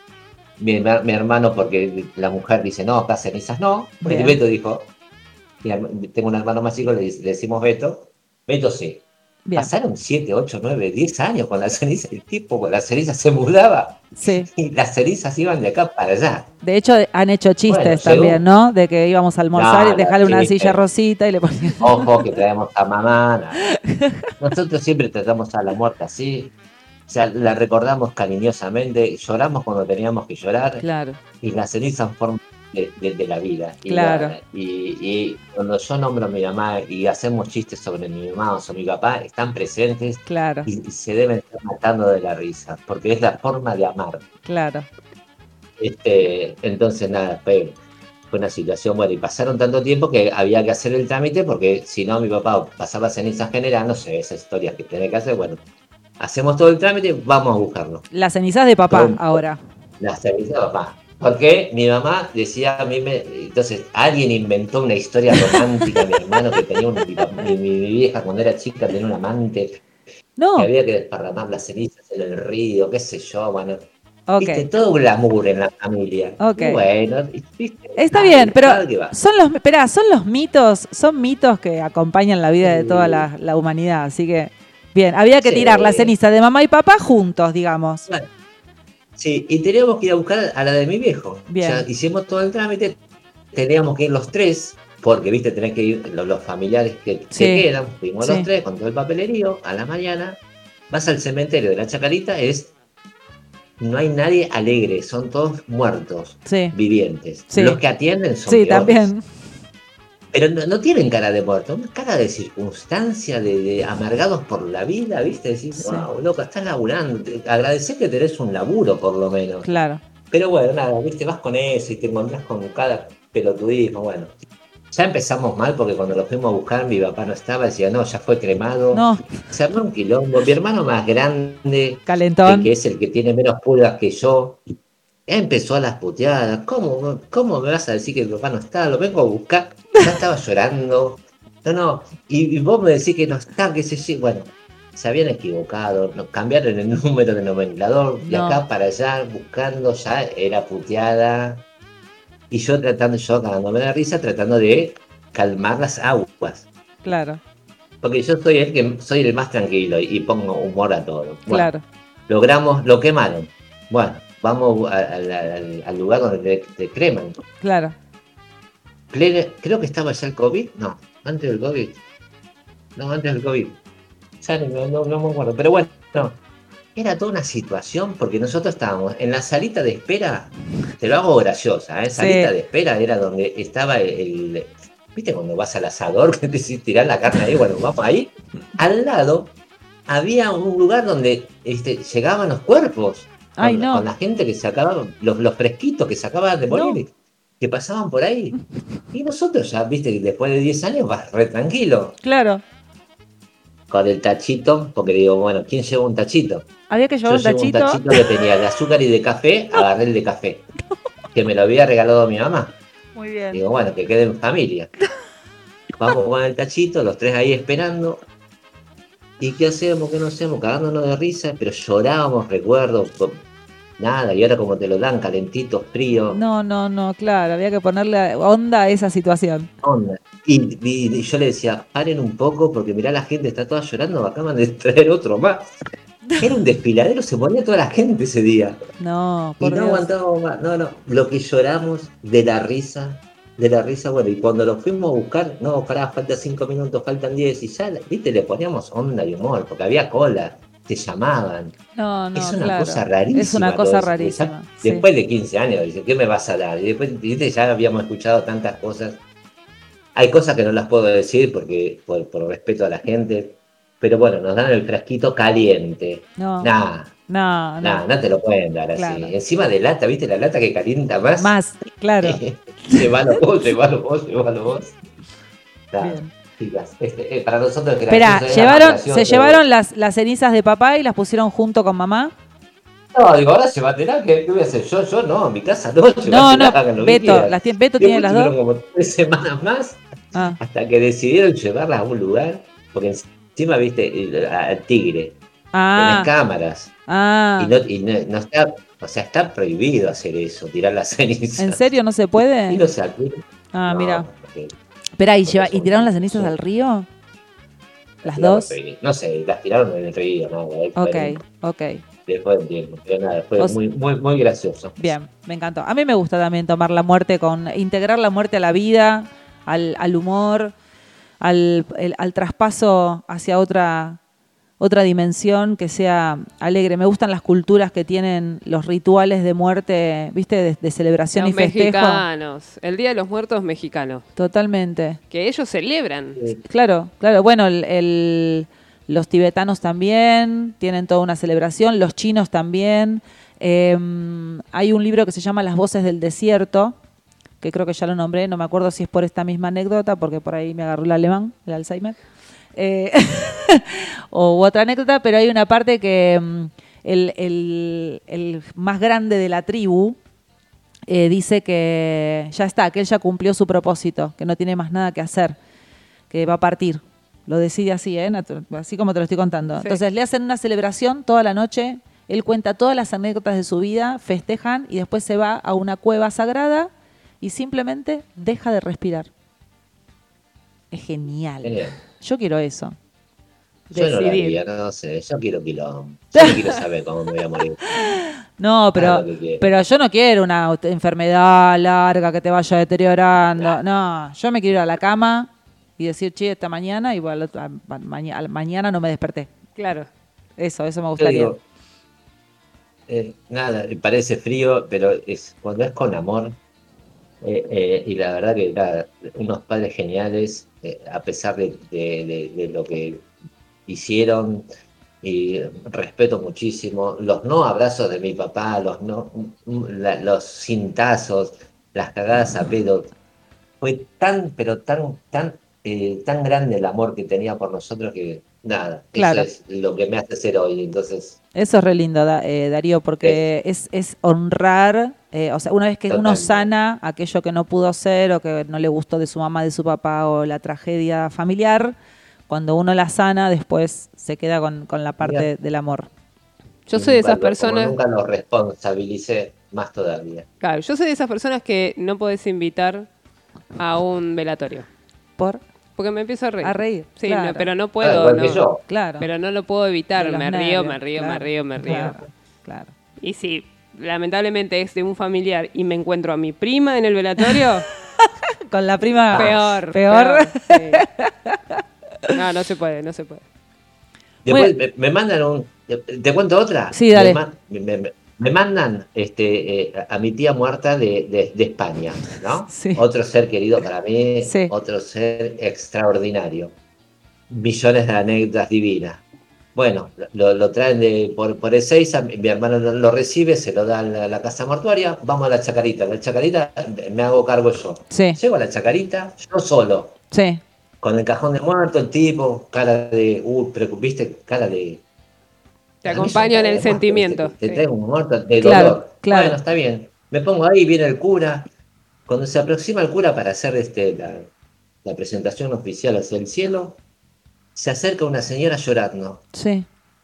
Speaker 6: Mi hermano, porque la mujer dice, no, acá cenizas no.
Speaker 1: Bien.
Speaker 6: El Beto dijo, tengo un hermano más chico, le decimos Beto. Beto sí.
Speaker 1: Bien.
Speaker 6: Pasaron 7, 8, 9, 10 años con la ceniza. El tipo con la ceniza se mudaba.
Speaker 1: Sí.
Speaker 6: Y las cenizas iban de acá para allá.
Speaker 1: De hecho, han hecho chistes
Speaker 6: Bueno,
Speaker 1: también, ¿no? De que íbamos a almorzar
Speaker 6: No,
Speaker 1: y dejarle una
Speaker 6: chiste.
Speaker 1: silla rosita y le ponían...
Speaker 6: Ojo que traemos a mamá. No. Nosotros siempre tratamos a la muerte así. O sea, la recordamos cariñosamente, lloramos cuando teníamos que llorar.
Speaker 1: Claro,
Speaker 6: Y las cenizas forman de la vida.
Speaker 1: Claro.
Speaker 6: Y cuando yo nombro a mi mamá y hacemos chistes sobre mi mamá o sobre mi papá, están presentes
Speaker 1: claro,
Speaker 6: y se deben estar matando de la risa, porque es la forma de amar.
Speaker 1: claro.
Speaker 6: Entonces, nada, fue una situación buena. Y pasaron tanto tiempo que había que hacer el trámite, porque si no, mi papá pasaba cenizas general, no sé, esas historias que tiene que hacer. Bueno, hacemos todo el trámite, vamos a buscarlo.
Speaker 1: Las cenizas de papá
Speaker 6: Todo-
Speaker 1: ahora.
Speaker 6: Las cenizas de papá. Porque mi mamá decía entonces alguien inventó una historia romántica, mi hermano que tenía mi vieja cuando era chica tenía un amante,
Speaker 1: No,
Speaker 6: que había que desparramar las cenizas en el río, qué sé yo, bueno,
Speaker 1: ok.
Speaker 6: viste, todo glamour en la familia.
Speaker 1: Ok.
Speaker 6: Y bueno, viste,
Speaker 1: Está
Speaker 6: dale,
Speaker 1: bien, pero
Speaker 6: dale que va.
Speaker 1: son mitos que acompañan la vida de toda la humanidad, así que bien, había que
Speaker 6: Sí.
Speaker 1: tirar la ceniza de mamá y papá juntos, digamos.
Speaker 6: Bueno, sí, y teníamos que ir a buscar a la de mi viejo.
Speaker 1: Bien.
Speaker 6: O sea, hicimos todo el trámite, teníamos que ir los tres, porque viste, tenés que ir los familiares que
Speaker 1: Sí.
Speaker 6: quedan, fuimos
Speaker 1: Sí.
Speaker 6: los tres con todo el papelerío, a la mañana, vas al cementerio de la Chacarita, no hay nadie alegre, son todos muertos,
Speaker 1: Sí,
Speaker 6: vivientes.
Speaker 1: Sí.
Speaker 6: Los que atienden son
Speaker 1: sí,
Speaker 6: peores.
Speaker 1: también.
Speaker 6: Pero no tienen cara de muerto, una cara de circunstancia, de amargados por la vida, ¿viste? Decís,
Speaker 1: Sí.
Speaker 6: wow, loca, estás laburando, agradecé que tenés un laburo por lo menos.
Speaker 1: Claro.
Speaker 6: Pero bueno, nada, ¿viste? Vas con eso y te encontrás con cada pelotudismo, bueno. Ya empezamos mal porque cuando lo fuimos a buscar mi papá no estaba, decía, no, ya fue cremado.
Speaker 1: No,
Speaker 6: Se armó un quilombo. Mi hermano más grande,
Speaker 1: calentón.
Speaker 6: que es el que tiene menos pulgas que yo, empezó a las puteadas. ¿Cómo me vas a decir que mi papá no está? Lo vengo a buscar. Ya estaba llorando. No. Y vos me decís que no está, que se yo. Bueno, se habían equivocado. Cambiaron el número de nomenclador. De
Speaker 1: No.
Speaker 6: acá para allá, buscando, ya era puteada. Y yo cagándome de risa, tratando de calmar las aguas.
Speaker 1: Claro,
Speaker 6: Porque yo soy el más tranquilo y pongo humor a todo. Bueno,
Speaker 1: claro.
Speaker 6: logramos, lo quemaron. Bueno, vamos al lugar donde te creman.
Speaker 1: Claro.
Speaker 6: Creo que estaba ya el COVID. No, antes del COVID. No, antes del COVID. Ya no me acuerdo. Pero bueno, no. Era toda una situación porque nosotros estábamos en la salita de espera. Te lo hago graciosa, ¿eh? Salita
Speaker 1: Sí.
Speaker 6: de espera era donde estaba el ¿viste cuando vas al asador que te tirás la carne ahí? Bueno, vamos ahí. Al lado había un lugar donde llegaban los cuerpos.
Speaker 1: Ay,
Speaker 6: con,
Speaker 1: no.
Speaker 6: con la gente que sacaba, los fresquitos que sacaban de morir, que pasaban por ahí. Y nosotros ya, viste, que después de 10 años vas re tranquilo.
Speaker 1: Claro.
Speaker 6: Con el tachito, porque digo, bueno, ¿quién lleva un tachito?
Speaker 1: Había que
Speaker 6: Yo
Speaker 1: llevar un
Speaker 6: llevo
Speaker 1: tachito.
Speaker 6: un tachito que tenía de azúcar y de café, agarré el de café, que me lo había regalado mi mamá.
Speaker 1: Muy bien.
Speaker 6: Digo, bueno, que quede en familia. Vamos con el tachito, los tres ahí esperando. ¿Y qué hacemos? ¿Qué no hacemos? Cagándonos de risa, pero llorábamos, recuerdo, nada, y ahora como te lo dan, calentito, frío,
Speaker 1: No, claro. Había que ponerle onda a esa situación.
Speaker 6: onda. Y yo le decía, paren un poco, porque mirá, la gente está toda llorando, acaban de traer otro más. Era un desfiladero, se ponía toda la gente ese día.
Speaker 1: No,
Speaker 6: Y
Speaker 1: por
Speaker 6: no
Speaker 1: Dios.
Speaker 6: aguantábamos más, no, lo que lloramos de la risa, bueno, y cuando lo fuimos a buscar, no, pará, faltan 5 minutos, faltan 10, y ya, viste, le poníamos onda y humor, porque había cola, te llamaban.
Speaker 1: No,
Speaker 6: Es una
Speaker 1: claro.
Speaker 6: cosa rarísima.
Speaker 1: Es una
Speaker 6: todo
Speaker 1: cosa
Speaker 6: eso, porque ya
Speaker 1: rarísima. Sí.
Speaker 6: después de 15 años, dice, ¿qué me vas a dar? Y después, viste, ya habíamos escuchado tantas cosas. Hay cosas que no las puedo decir porque por respeto a la gente, pero bueno, nos dan el frasquito caliente.
Speaker 1: No.
Speaker 6: Nah,
Speaker 1: No.
Speaker 6: no te lo pueden dar así.
Speaker 1: Claro.
Speaker 6: Encima de lata, ¿viste? La lata que calienta más.
Speaker 1: Más, claro.
Speaker 6: Llévalo vos. Nah,
Speaker 1: Bien.
Speaker 6: chicas, para nosotros es
Speaker 1: Espera,
Speaker 6: gracioso, era más gracioso.
Speaker 1: se llevaron las cenizas de papá y las pusieron junto con mamá.
Speaker 6: No, digo, ahora llévatela, ¿qué voy a hacer? Yo no, en mi casa no,
Speaker 1: No,
Speaker 6: llévatela, hagan lo que
Speaker 1: Beto,
Speaker 6: quieran.
Speaker 1: Beto tiene
Speaker 6: Después
Speaker 1: las
Speaker 6: tuvieron
Speaker 1: dos.
Speaker 6: como 3 semanas más
Speaker 1: Ah,
Speaker 6: hasta que decidieron llevarlas a un lugar, porque encima, viste, al tigre, tenés
Speaker 1: ah,
Speaker 6: cámaras. Y no está, o sea, está prohibido hacer eso, tirar las cenizas.
Speaker 1: ¿En serio no se
Speaker 6: Y
Speaker 1: puede?
Speaker 6: no se aplica.
Speaker 1: Ah,
Speaker 6: No,
Speaker 1: mira.
Speaker 6: porque
Speaker 1: Espera, ¿y
Speaker 6: porque
Speaker 1: ¿y tiraron las cenizas
Speaker 6: son-
Speaker 1: al río? ¿Las
Speaker 6: tiraron
Speaker 1: dos?
Speaker 6: no sé, las tiraron en el río, nada.
Speaker 1: Ok.
Speaker 6: Después del tiempo, pero nada, fue
Speaker 1: Os-
Speaker 6: muy, muy, muy gracioso.
Speaker 1: Bien, me encantó. A mí me gusta también tomar la muerte integrar la muerte a la vida, al humor, al traspaso hacia otra dimensión que sea alegre. Me gustan las culturas que tienen los rituales de muerte, ¿viste? De celebración
Speaker 2: Los
Speaker 1: y festejo.
Speaker 2: mexicanos, el Día de los Muertos mexicanos,
Speaker 1: Totalmente.
Speaker 2: que ellos celebran.
Speaker 1: Claro. Bueno, los tibetanos también tienen toda una celebración, los chinos también. Hay un libro que se llama Las voces del desierto, que creo que ya lo nombré, no me acuerdo si es por esta misma anécdota, porque por ahí me agarró el alemán, el Alzheimer, o otra anécdota, pero hay una parte que el más grande de la tribu dice que ya está, que él ya cumplió su propósito, que no tiene más nada que hacer, que va a partir. Lo decide así, así como te lo estoy contando.
Speaker 2: Sí.
Speaker 1: Entonces le hacen una celebración toda la noche, él cuenta todas las anécdotas de su vida, festejan y después se va a una cueva sagrada y simplemente deja de respirar. Es genial.
Speaker 6: Genial.
Speaker 1: Yo quiero eso.
Speaker 6: Yo no lo
Speaker 2: Decidir.
Speaker 6: haría, no sé, yo quiero quilombo. Yo no quiero saber cómo me voy a morir.
Speaker 1: No,
Speaker 6: Haz lo que quieras.
Speaker 1: pero yo no quiero una enfermedad larga que te vaya deteriorando. No, yo me quiero ir a la cama y decir, che, esta mañana, y bueno, mañana no me desperté.
Speaker 2: Claro.
Speaker 1: Eso me
Speaker 6: Yo
Speaker 1: gustaría.
Speaker 6: digo, nada, parece frío, pero cuando es con amor, y la verdad que unos padres geniales, a pesar de lo que hicieron, y respeto muchísimo los no abrazos de mi papá, los cintazos, las cagadas a pedo. Fue pero tan grande el amor que tenía por nosotros que nada,
Speaker 1: Claro.
Speaker 6: eso es lo que me hace ser hoy. Entonces,
Speaker 1: Eso es re lindo, Darío, porque es honrar, o sea, una vez que uno
Speaker 6: Totalmente.
Speaker 1: sana aquello que no pudo ser o que no le gustó de su mamá, de su papá o la tragedia familiar, cuando uno la sana, después se queda con la parte
Speaker 6: Mirá.
Speaker 1: del amor.
Speaker 2: Yo soy de esas
Speaker 6: como
Speaker 2: personas.
Speaker 6: nunca los responsabilicé más todavía.
Speaker 2: Claro, yo soy de esas personas que no podés invitar a un velatorio.
Speaker 1: ¿Por?
Speaker 2: Porque me empiezo a reír.
Speaker 1: A reír,
Speaker 2: Sí,
Speaker 1: claro.
Speaker 2: pero no
Speaker 6: Ah,
Speaker 2: puedo.
Speaker 6: igual que
Speaker 2: no.
Speaker 6: yo.
Speaker 1: Claro.
Speaker 2: Pero no lo puedo evitar.
Speaker 1: De los
Speaker 2: Me río,
Speaker 1: nervios,
Speaker 2: me río,
Speaker 1: claro,
Speaker 2: me río, me río.
Speaker 1: Claro.
Speaker 2: Y si lamentablemente es de un familiar y me encuentro a mi prima en el velatorio,
Speaker 1: Con la prima.
Speaker 2: peor. Sí. No se puede, no se puede.
Speaker 6: Después me mandan ¿te cuento otra?
Speaker 1: Sí, dale.
Speaker 6: Me mandan a mi tía muerta de España, ¿no?
Speaker 1: Sí.
Speaker 6: Otro ser querido para mí,
Speaker 1: Sí.
Speaker 6: otro ser extraordinario. Millones de anécdotas divinas. Bueno, lo traen por Ezeiza, mi hermano lo recibe, se lo da a la casa mortuaria, vamos a la Chacarita. La Chacarita me hago cargo yo.
Speaker 1: Sí.
Speaker 6: Llego a la Chacarita, yo solo,
Speaker 1: Sí.
Speaker 6: con el cajón de muerto, el tipo, cara de, ¿viste? Cara de...
Speaker 2: Te
Speaker 6: Para mí
Speaker 2: acompaño
Speaker 6: son
Speaker 2: en el
Speaker 6: cara de
Speaker 2: sentimiento.
Speaker 6: muerto, Te
Speaker 2: Sí.
Speaker 6: traigo un muerto de
Speaker 1: Claro,
Speaker 6: dolor.
Speaker 1: claro.
Speaker 6: Bueno, está bien. Me pongo ahí, viene el cura. Cuando se aproxima el cura para hacer la presentación oficial hacia el cielo, se acerca una señora llorando
Speaker 1: Sí.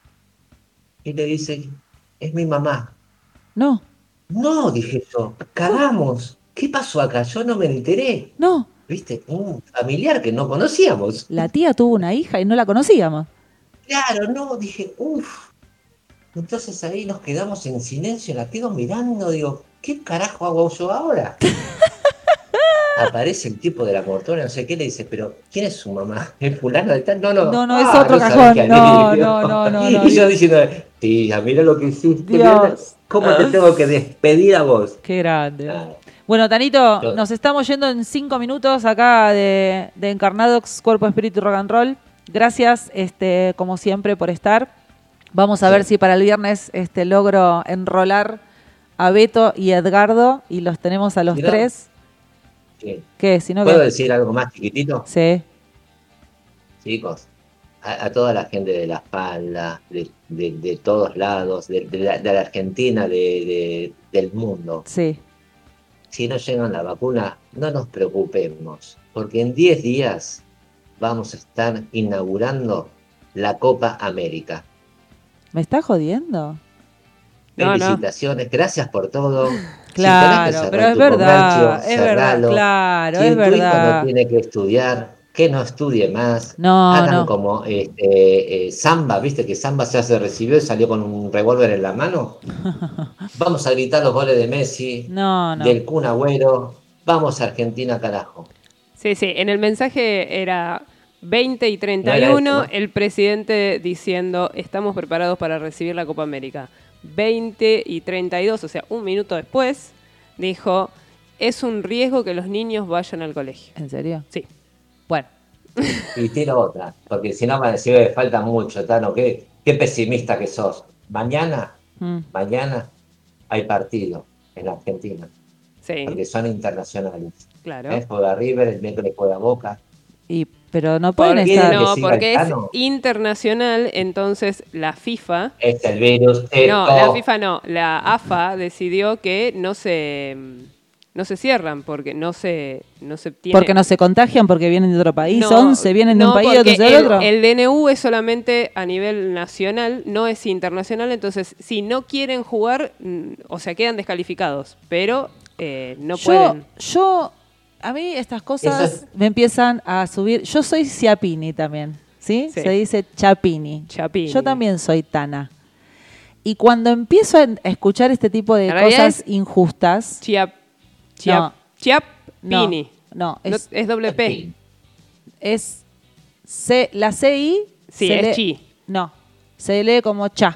Speaker 6: y le dice, es mi mamá.
Speaker 1: No.
Speaker 6: No, dije yo, cagamos. ¿Qué pasó acá? Yo no me enteré.
Speaker 1: No.
Speaker 6: ¿Viste? Un familiar que no conocíamos.
Speaker 1: La tía tuvo una hija y no la conocíamos.
Speaker 6: Claro, no, dije, uff. Entonces ahí nos quedamos en silencio, la quedo mirando, digo, ¿qué carajo hago yo ahora? Aparece el tipo de la mortuoria, no sé qué, le dice, pero ¿quién es su mamá? ¿Es fulano de tal? No,
Speaker 1: No, es
Speaker 6: sabés
Speaker 1: otro cajón.
Speaker 6: quién
Speaker 1: No,
Speaker 6: es.
Speaker 1: no.
Speaker 6: Y yo diciendo, tía, mira lo que hiciste,
Speaker 1: Dios.
Speaker 6: mirá ¿cómo te tengo que despedir a vos?
Speaker 1: Qué grande.
Speaker 6: Ah,
Speaker 1: Bueno, Tanito,
Speaker 6: Yo-
Speaker 1: nos estamos yendo en 5 minutos acá de Encarnadox, Cuerpo, Espíritu y Rock and Roll. Gracias, como siempre, por estar. Vamos a ver si para el viernes logro enrolar a Beto y Edgardo y los tenemos a los
Speaker 6: Mirá.
Speaker 1: 3.
Speaker 6: sí.
Speaker 1: ¿Qué? Si no,
Speaker 6: ¿Puedo
Speaker 1: ¿qué?
Speaker 6: decir algo más chiquitito?
Speaker 1: Sí.
Speaker 6: Chicos, a toda la gente de La Falda, de todos lados, de la Argentina, del mundo,
Speaker 1: Sí.
Speaker 6: si no llegan la vacuna, no nos preocupemos, porque en 10 días vamos a estar inaugurando la Copa América.
Speaker 1: ¿Me está jodiendo?
Speaker 2: No, no.
Speaker 6: Felicitaciones, gracias por todo.
Speaker 1: Claro,
Speaker 6: si tenés que
Speaker 1: pero
Speaker 6: cerrar
Speaker 1: es
Speaker 6: tu
Speaker 1: verdad,
Speaker 6: comercio,
Speaker 1: es verdad,
Speaker 6: cerralo.
Speaker 1: claro,
Speaker 6: Si
Speaker 1: es
Speaker 6: tu hijo no
Speaker 1: verdad.
Speaker 6: tiene que estudiar, que no estudie más.
Speaker 1: No,
Speaker 6: Hagan
Speaker 1: no,
Speaker 6: como Samba, ¿viste? Que Samba ya se recibió y salió con un revólver en la mano. Vamos a gritar los goles de Messi,
Speaker 1: no, no.
Speaker 6: del Kun Agüero. Vamos a Argentina, carajo.
Speaker 2: Sí, sí, en el mensaje era 20 y
Speaker 6: No era eso,
Speaker 2: 31,
Speaker 6: ¿no?
Speaker 2: el presidente diciendo, estamos preparados para recibir la Copa América. 20 y 32, o sea, un minuto después, dijo, es un riesgo que los niños vayan al colegio.
Speaker 1: ¿En serio?
Speaker 2: Sí.
Speaker 1: Bueno,
Speaker 6: Y tiro otra, porque si no me decís, falta mucho, Tano, qué pesimista que sos. Mañana hay partido en Argentina,
Speaker 2: Sí,
Speaker 6: porque son internacionales.
Speaker 2: claro.
Speaker 6: Juega River, el miércoles juega Boca.
Speaker 1: pero no pueden
Speaker 6: Porque
Speaker 1: estar.
Speaker 6: que
Speaker 2: No,
Speaker 6: siga
Speaker 2: porque
Speaker 6: el
Speaker 2: es
Speaker 6: Tano.
Speaker 2: internacional, entonces la FIFA...
Speaker 6: Es el virus.
Speaker 2: No, la FIFA no, la AFA decidió que no se cierran porque no se tiene...
Speaker 1: Porque no se contagian, porque vienen de otro país.
Speaker 2: No,
Speaker 1: 11 vienen de un
Speaker 2: no,
Speaker 1: país y
Speaker 2: porque
Speaker 1: otros del otro.
Speaker 2: el DNU es solamente a nivel nacional, no es internacional, entonces si no quieren jugar, o sea, quedan descalificados, pero no pueden.
Speaker 1: A mí estas cosas
Speaker 6: Eso es-
Speaker 1: me empiezan a subir. Yo soy Ciapini también, ¿sí?
Speaker 2: Sí.
Speaker 1: Se dice Chapini.
Speaker 2: Chapini.
Speaker 1: Yo también soy Tana. Y cuando empiezo a escuchar este tipo de
Speaker 2: En realidad
Speaker 1: cosas injustas,
Speaker 2: Chiappini.
Speaker 1: no,
Speaker 2: No,
Speaker 1: es,
Speaker 2: es doble P.
Speaker 1: es la CI.
Speaker 2: Sí,
Speaker 1: se
Speaker 2: es
Speaker 1: lee-
Speaker 2: chi.
Speaker 1: No, se lee como cha.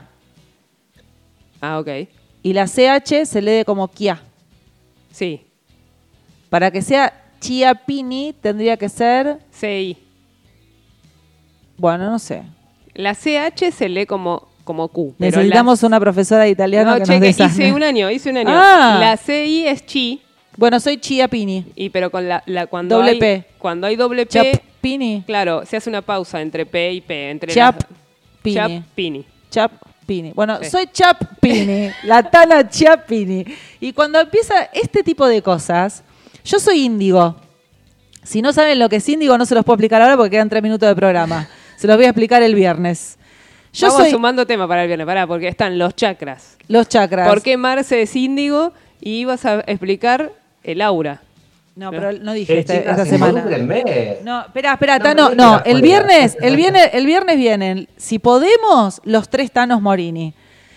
Speaker 2: Ah, ok.
Speaker 1: Y la CH se lee como kia.
Speaker 2: Sí,
Speaker 1: Para que sea Chiapini tendría que ser,
Speaker 2: CI.
Speaker 1: bueno, no sé.
Speaker 2: La CH se lee como Q. pero
Speaker 1: Necesitamos
Speaker 2: la-
Speaker 1: una profesora de italiano
Speaker 2: No,
Speaker 1: que nos
Speaker 2: cheque,
Speaker 1: desasne.
Speaker 2: hice un año.
Speaker 1: Ah.
Speaker 2: La CI es chi,
Speaker 1: Bueno, soy Chiapini.
Speaker 2: pero con cuando
Speaker 1: Doble
Speaker 2: hay,
Speaker 1: P.
Speaker 2: Cuando hay doble P,
Speaker 1: Chapini.
Speaker 2: claro, se hace una pausa entre P y P. Entre
Speaker 1: Chappini.
Speaker 2: Chappini.
Speaker 1: Chapini. Bueno,
Speaker 2: Sí.
Speaker 1: soy Chapini, la Tana Chapini. Y cuando empieza este tipo de cosas, yo soy índigo. Si no saben lo que es índigo, no se los puedo explicar ahora porque quedan 3 minutos de programa. Se los voy a explicar el viernes. Yo
Speaker 2: Vamos
Speaker 1: soy
Speaker 2: sumando tema para el viernes, porque están los chakras.
Speaker 1: los chakras.
Speaker 2: ¿Por qué Marce es índigo? Y ibas a explicar el aura.
Speaker 1: No, pero no dije esta
Speaker 6: Chicas,
Speaker 1: semana.
Speaker 6: involúcrenme.
Speaker 1: No, espera,
Speaker 6: No,
Speaker 1: Tano,
Speaker 6: no,
Speaker 1: no,
Speaker 6: no,
Speaker 1: el
Speaker 6: no,
Speaker 1: viernes,
Speaker 6: no.
Speaker 1: el viernes vienen, si podemos, los 3 Tanos Morini.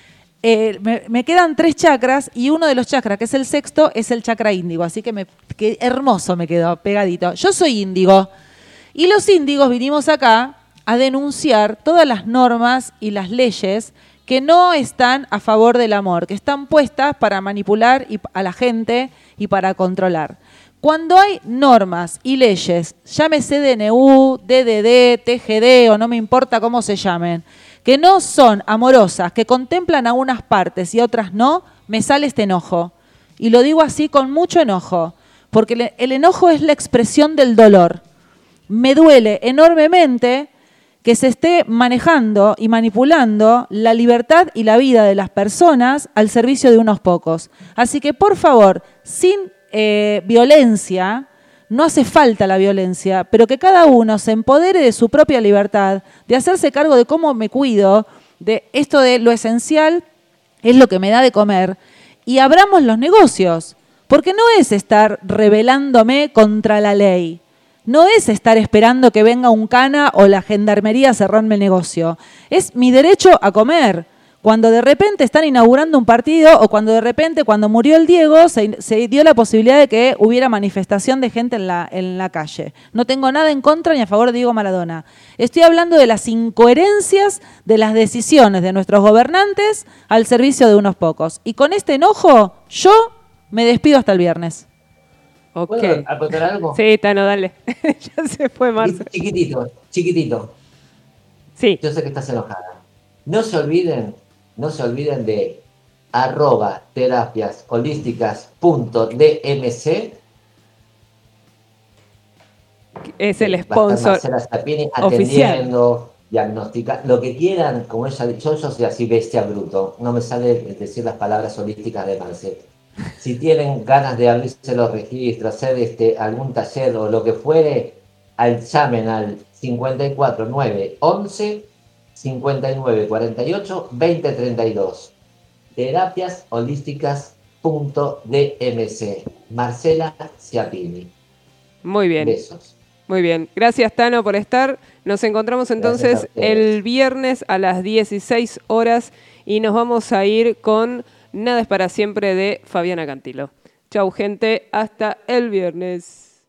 Speaker 1: Me quedan 3 chakras y uno de los chakras, que es el sexto, es el chakra índigo, así que hermoso me quedó pegadito. Yo soy índigo y los índigos vinimos acá a denunciar todas las normas y las leyes que no están a favor del amor, que están puestas para manipular a la gente y para controlar. Cuando hay normas y leyes, llámese DNU, DDD, TGD o no me importa cómo se llamen, que no son amorosas, que contemplan a unas partes y a otras no, me sale este enojo. Y lo digo así con mucho enojo, porque el enojo es la expresión del dolor. Me duele enormemente que se esté manejando y manipulando la libertad y la vida de las personas al servicio de unos pocos. Así que, por favor, sin violencia, no hace falta la violencia, pero que cada uno se empodere de su propia libertad, de hacerse cargo de cómo me cuido, de esto de lo esencial es lo que me da de comer, y abramos los negocios, porque no es estar rebelándome contra la ley. No es estar esperando que venga un cana o la gendarmería a cerrarme el negocio. Es mi derecho a comer. Cuando de repente están inaugurando un partido o cuando de repente, cuando murió el Diego, se dio la posibilidad de que hubiera manifestación de gente en la calle. No tengo nada en contra ni a favor de Diego Maradona. Estoy hablando de las incoherencias de las decisiones de nuestros gobernantes al servicio de unos pocos. Y con este enojo, yo me despido hasta el viernes.
Speaker 2: Ok.
Speaker 6: ¿Puedo aportar algo?
Speaker 2: Sí, Tano, dale. Ya se fue Marce.
Speaker 6: Chiquitito.
Speaker 2: Sí.
Speaker 6: Yo sé que estás enojada. No se olviden de @terapiasholísticas.dmc.
Speaker 2: Es el
Speaker 6: Va a estar
Speaker 2: sponsor.
Speaker 6: Marcela Sapini
Speaker 2: oficial.
Speaker 6: atendiendo, diagnosticando, lo que quieran, como ella ha dicho. Yo soy así bestia bruto, no me sale decir las palabras holísticas de Marcela. Si tienen ganas de abrirse los registros, hacer algún taller o lo que fuere, llamen al 54911 5948 2032. terapiasholísticas.dmc. Marcela Ciappini.
Speaker 2: Muy bien.
Speaker 6: Besos.
Speaker 2: Muy bien. Gracias, Tano, por estar. Nos encontramos entonces el viernes a las 16 horas y nos vamos a ir con Nada es para siempre de Fabiana Cantilo. Chau, gente. Hasta el viernes.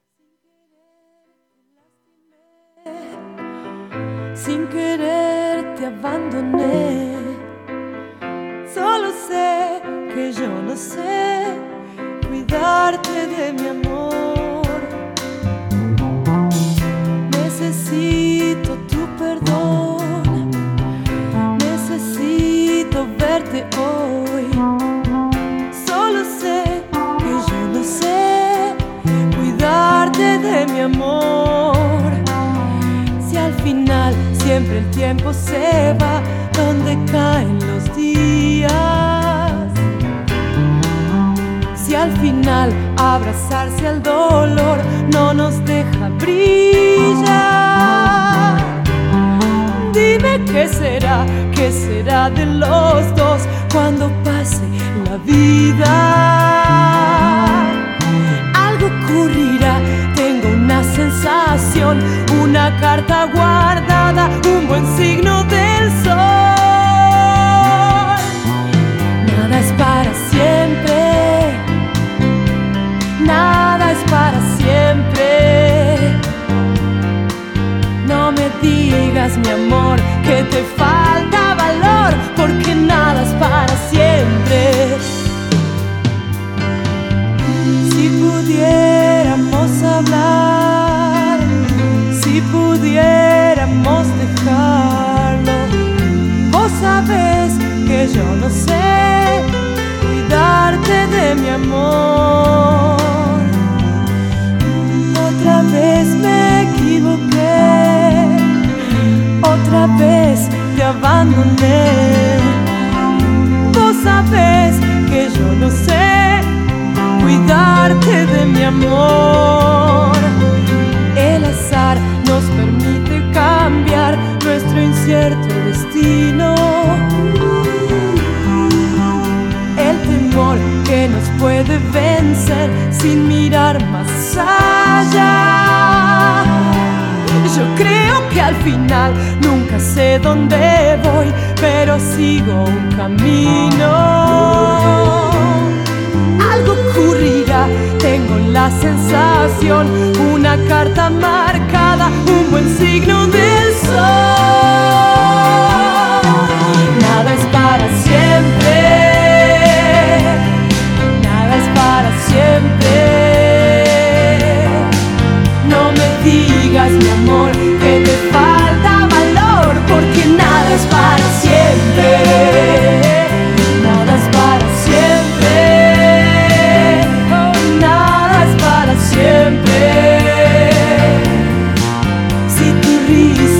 Speaker 8: Sin querer te abandoné. Solo sé que yo no sé cuidarte de mi amor. Necesito tu perdón, necesito verte hoy. Solo sé que yo no sé cuidarte de mi amor. Si al final siempre el tiempo se va donde caen los días. Si al final abrazarse al dolor no nos deja brillar. Dime qué será de los dos cuando pase la vida. Algo ocurrirá, tengo una sensación, una carta guardada, un buen signo del sol. Nada es para siempre, nada es para siempre. No me digas, mi amor, que te falta valor, porque nada es para siempre. Si pudiéramos hablar, si pudiéramos dejarlo. Vos sabés que yo no sé cuidarte de mi amor. Otra vez me equivoqué, otra vez te abandoné. Vos sabés que yo no sé cuidarte de mi amor. El azar nos permite cambiar nuestro incierto destino. El temor que nos puede vencer sin mirar más allá. Yo creo que al final nunca sé dónde voy, pero sigo un camino. Algo ocurrirá, tengo la sensación, una carta marcada, un buen signo del sol. Nada es para siempre, nada es para siempre. No me digas, mi amor, que te falta valor, porque nada es para siempre, nada es para siempre. Siempre, si tu risa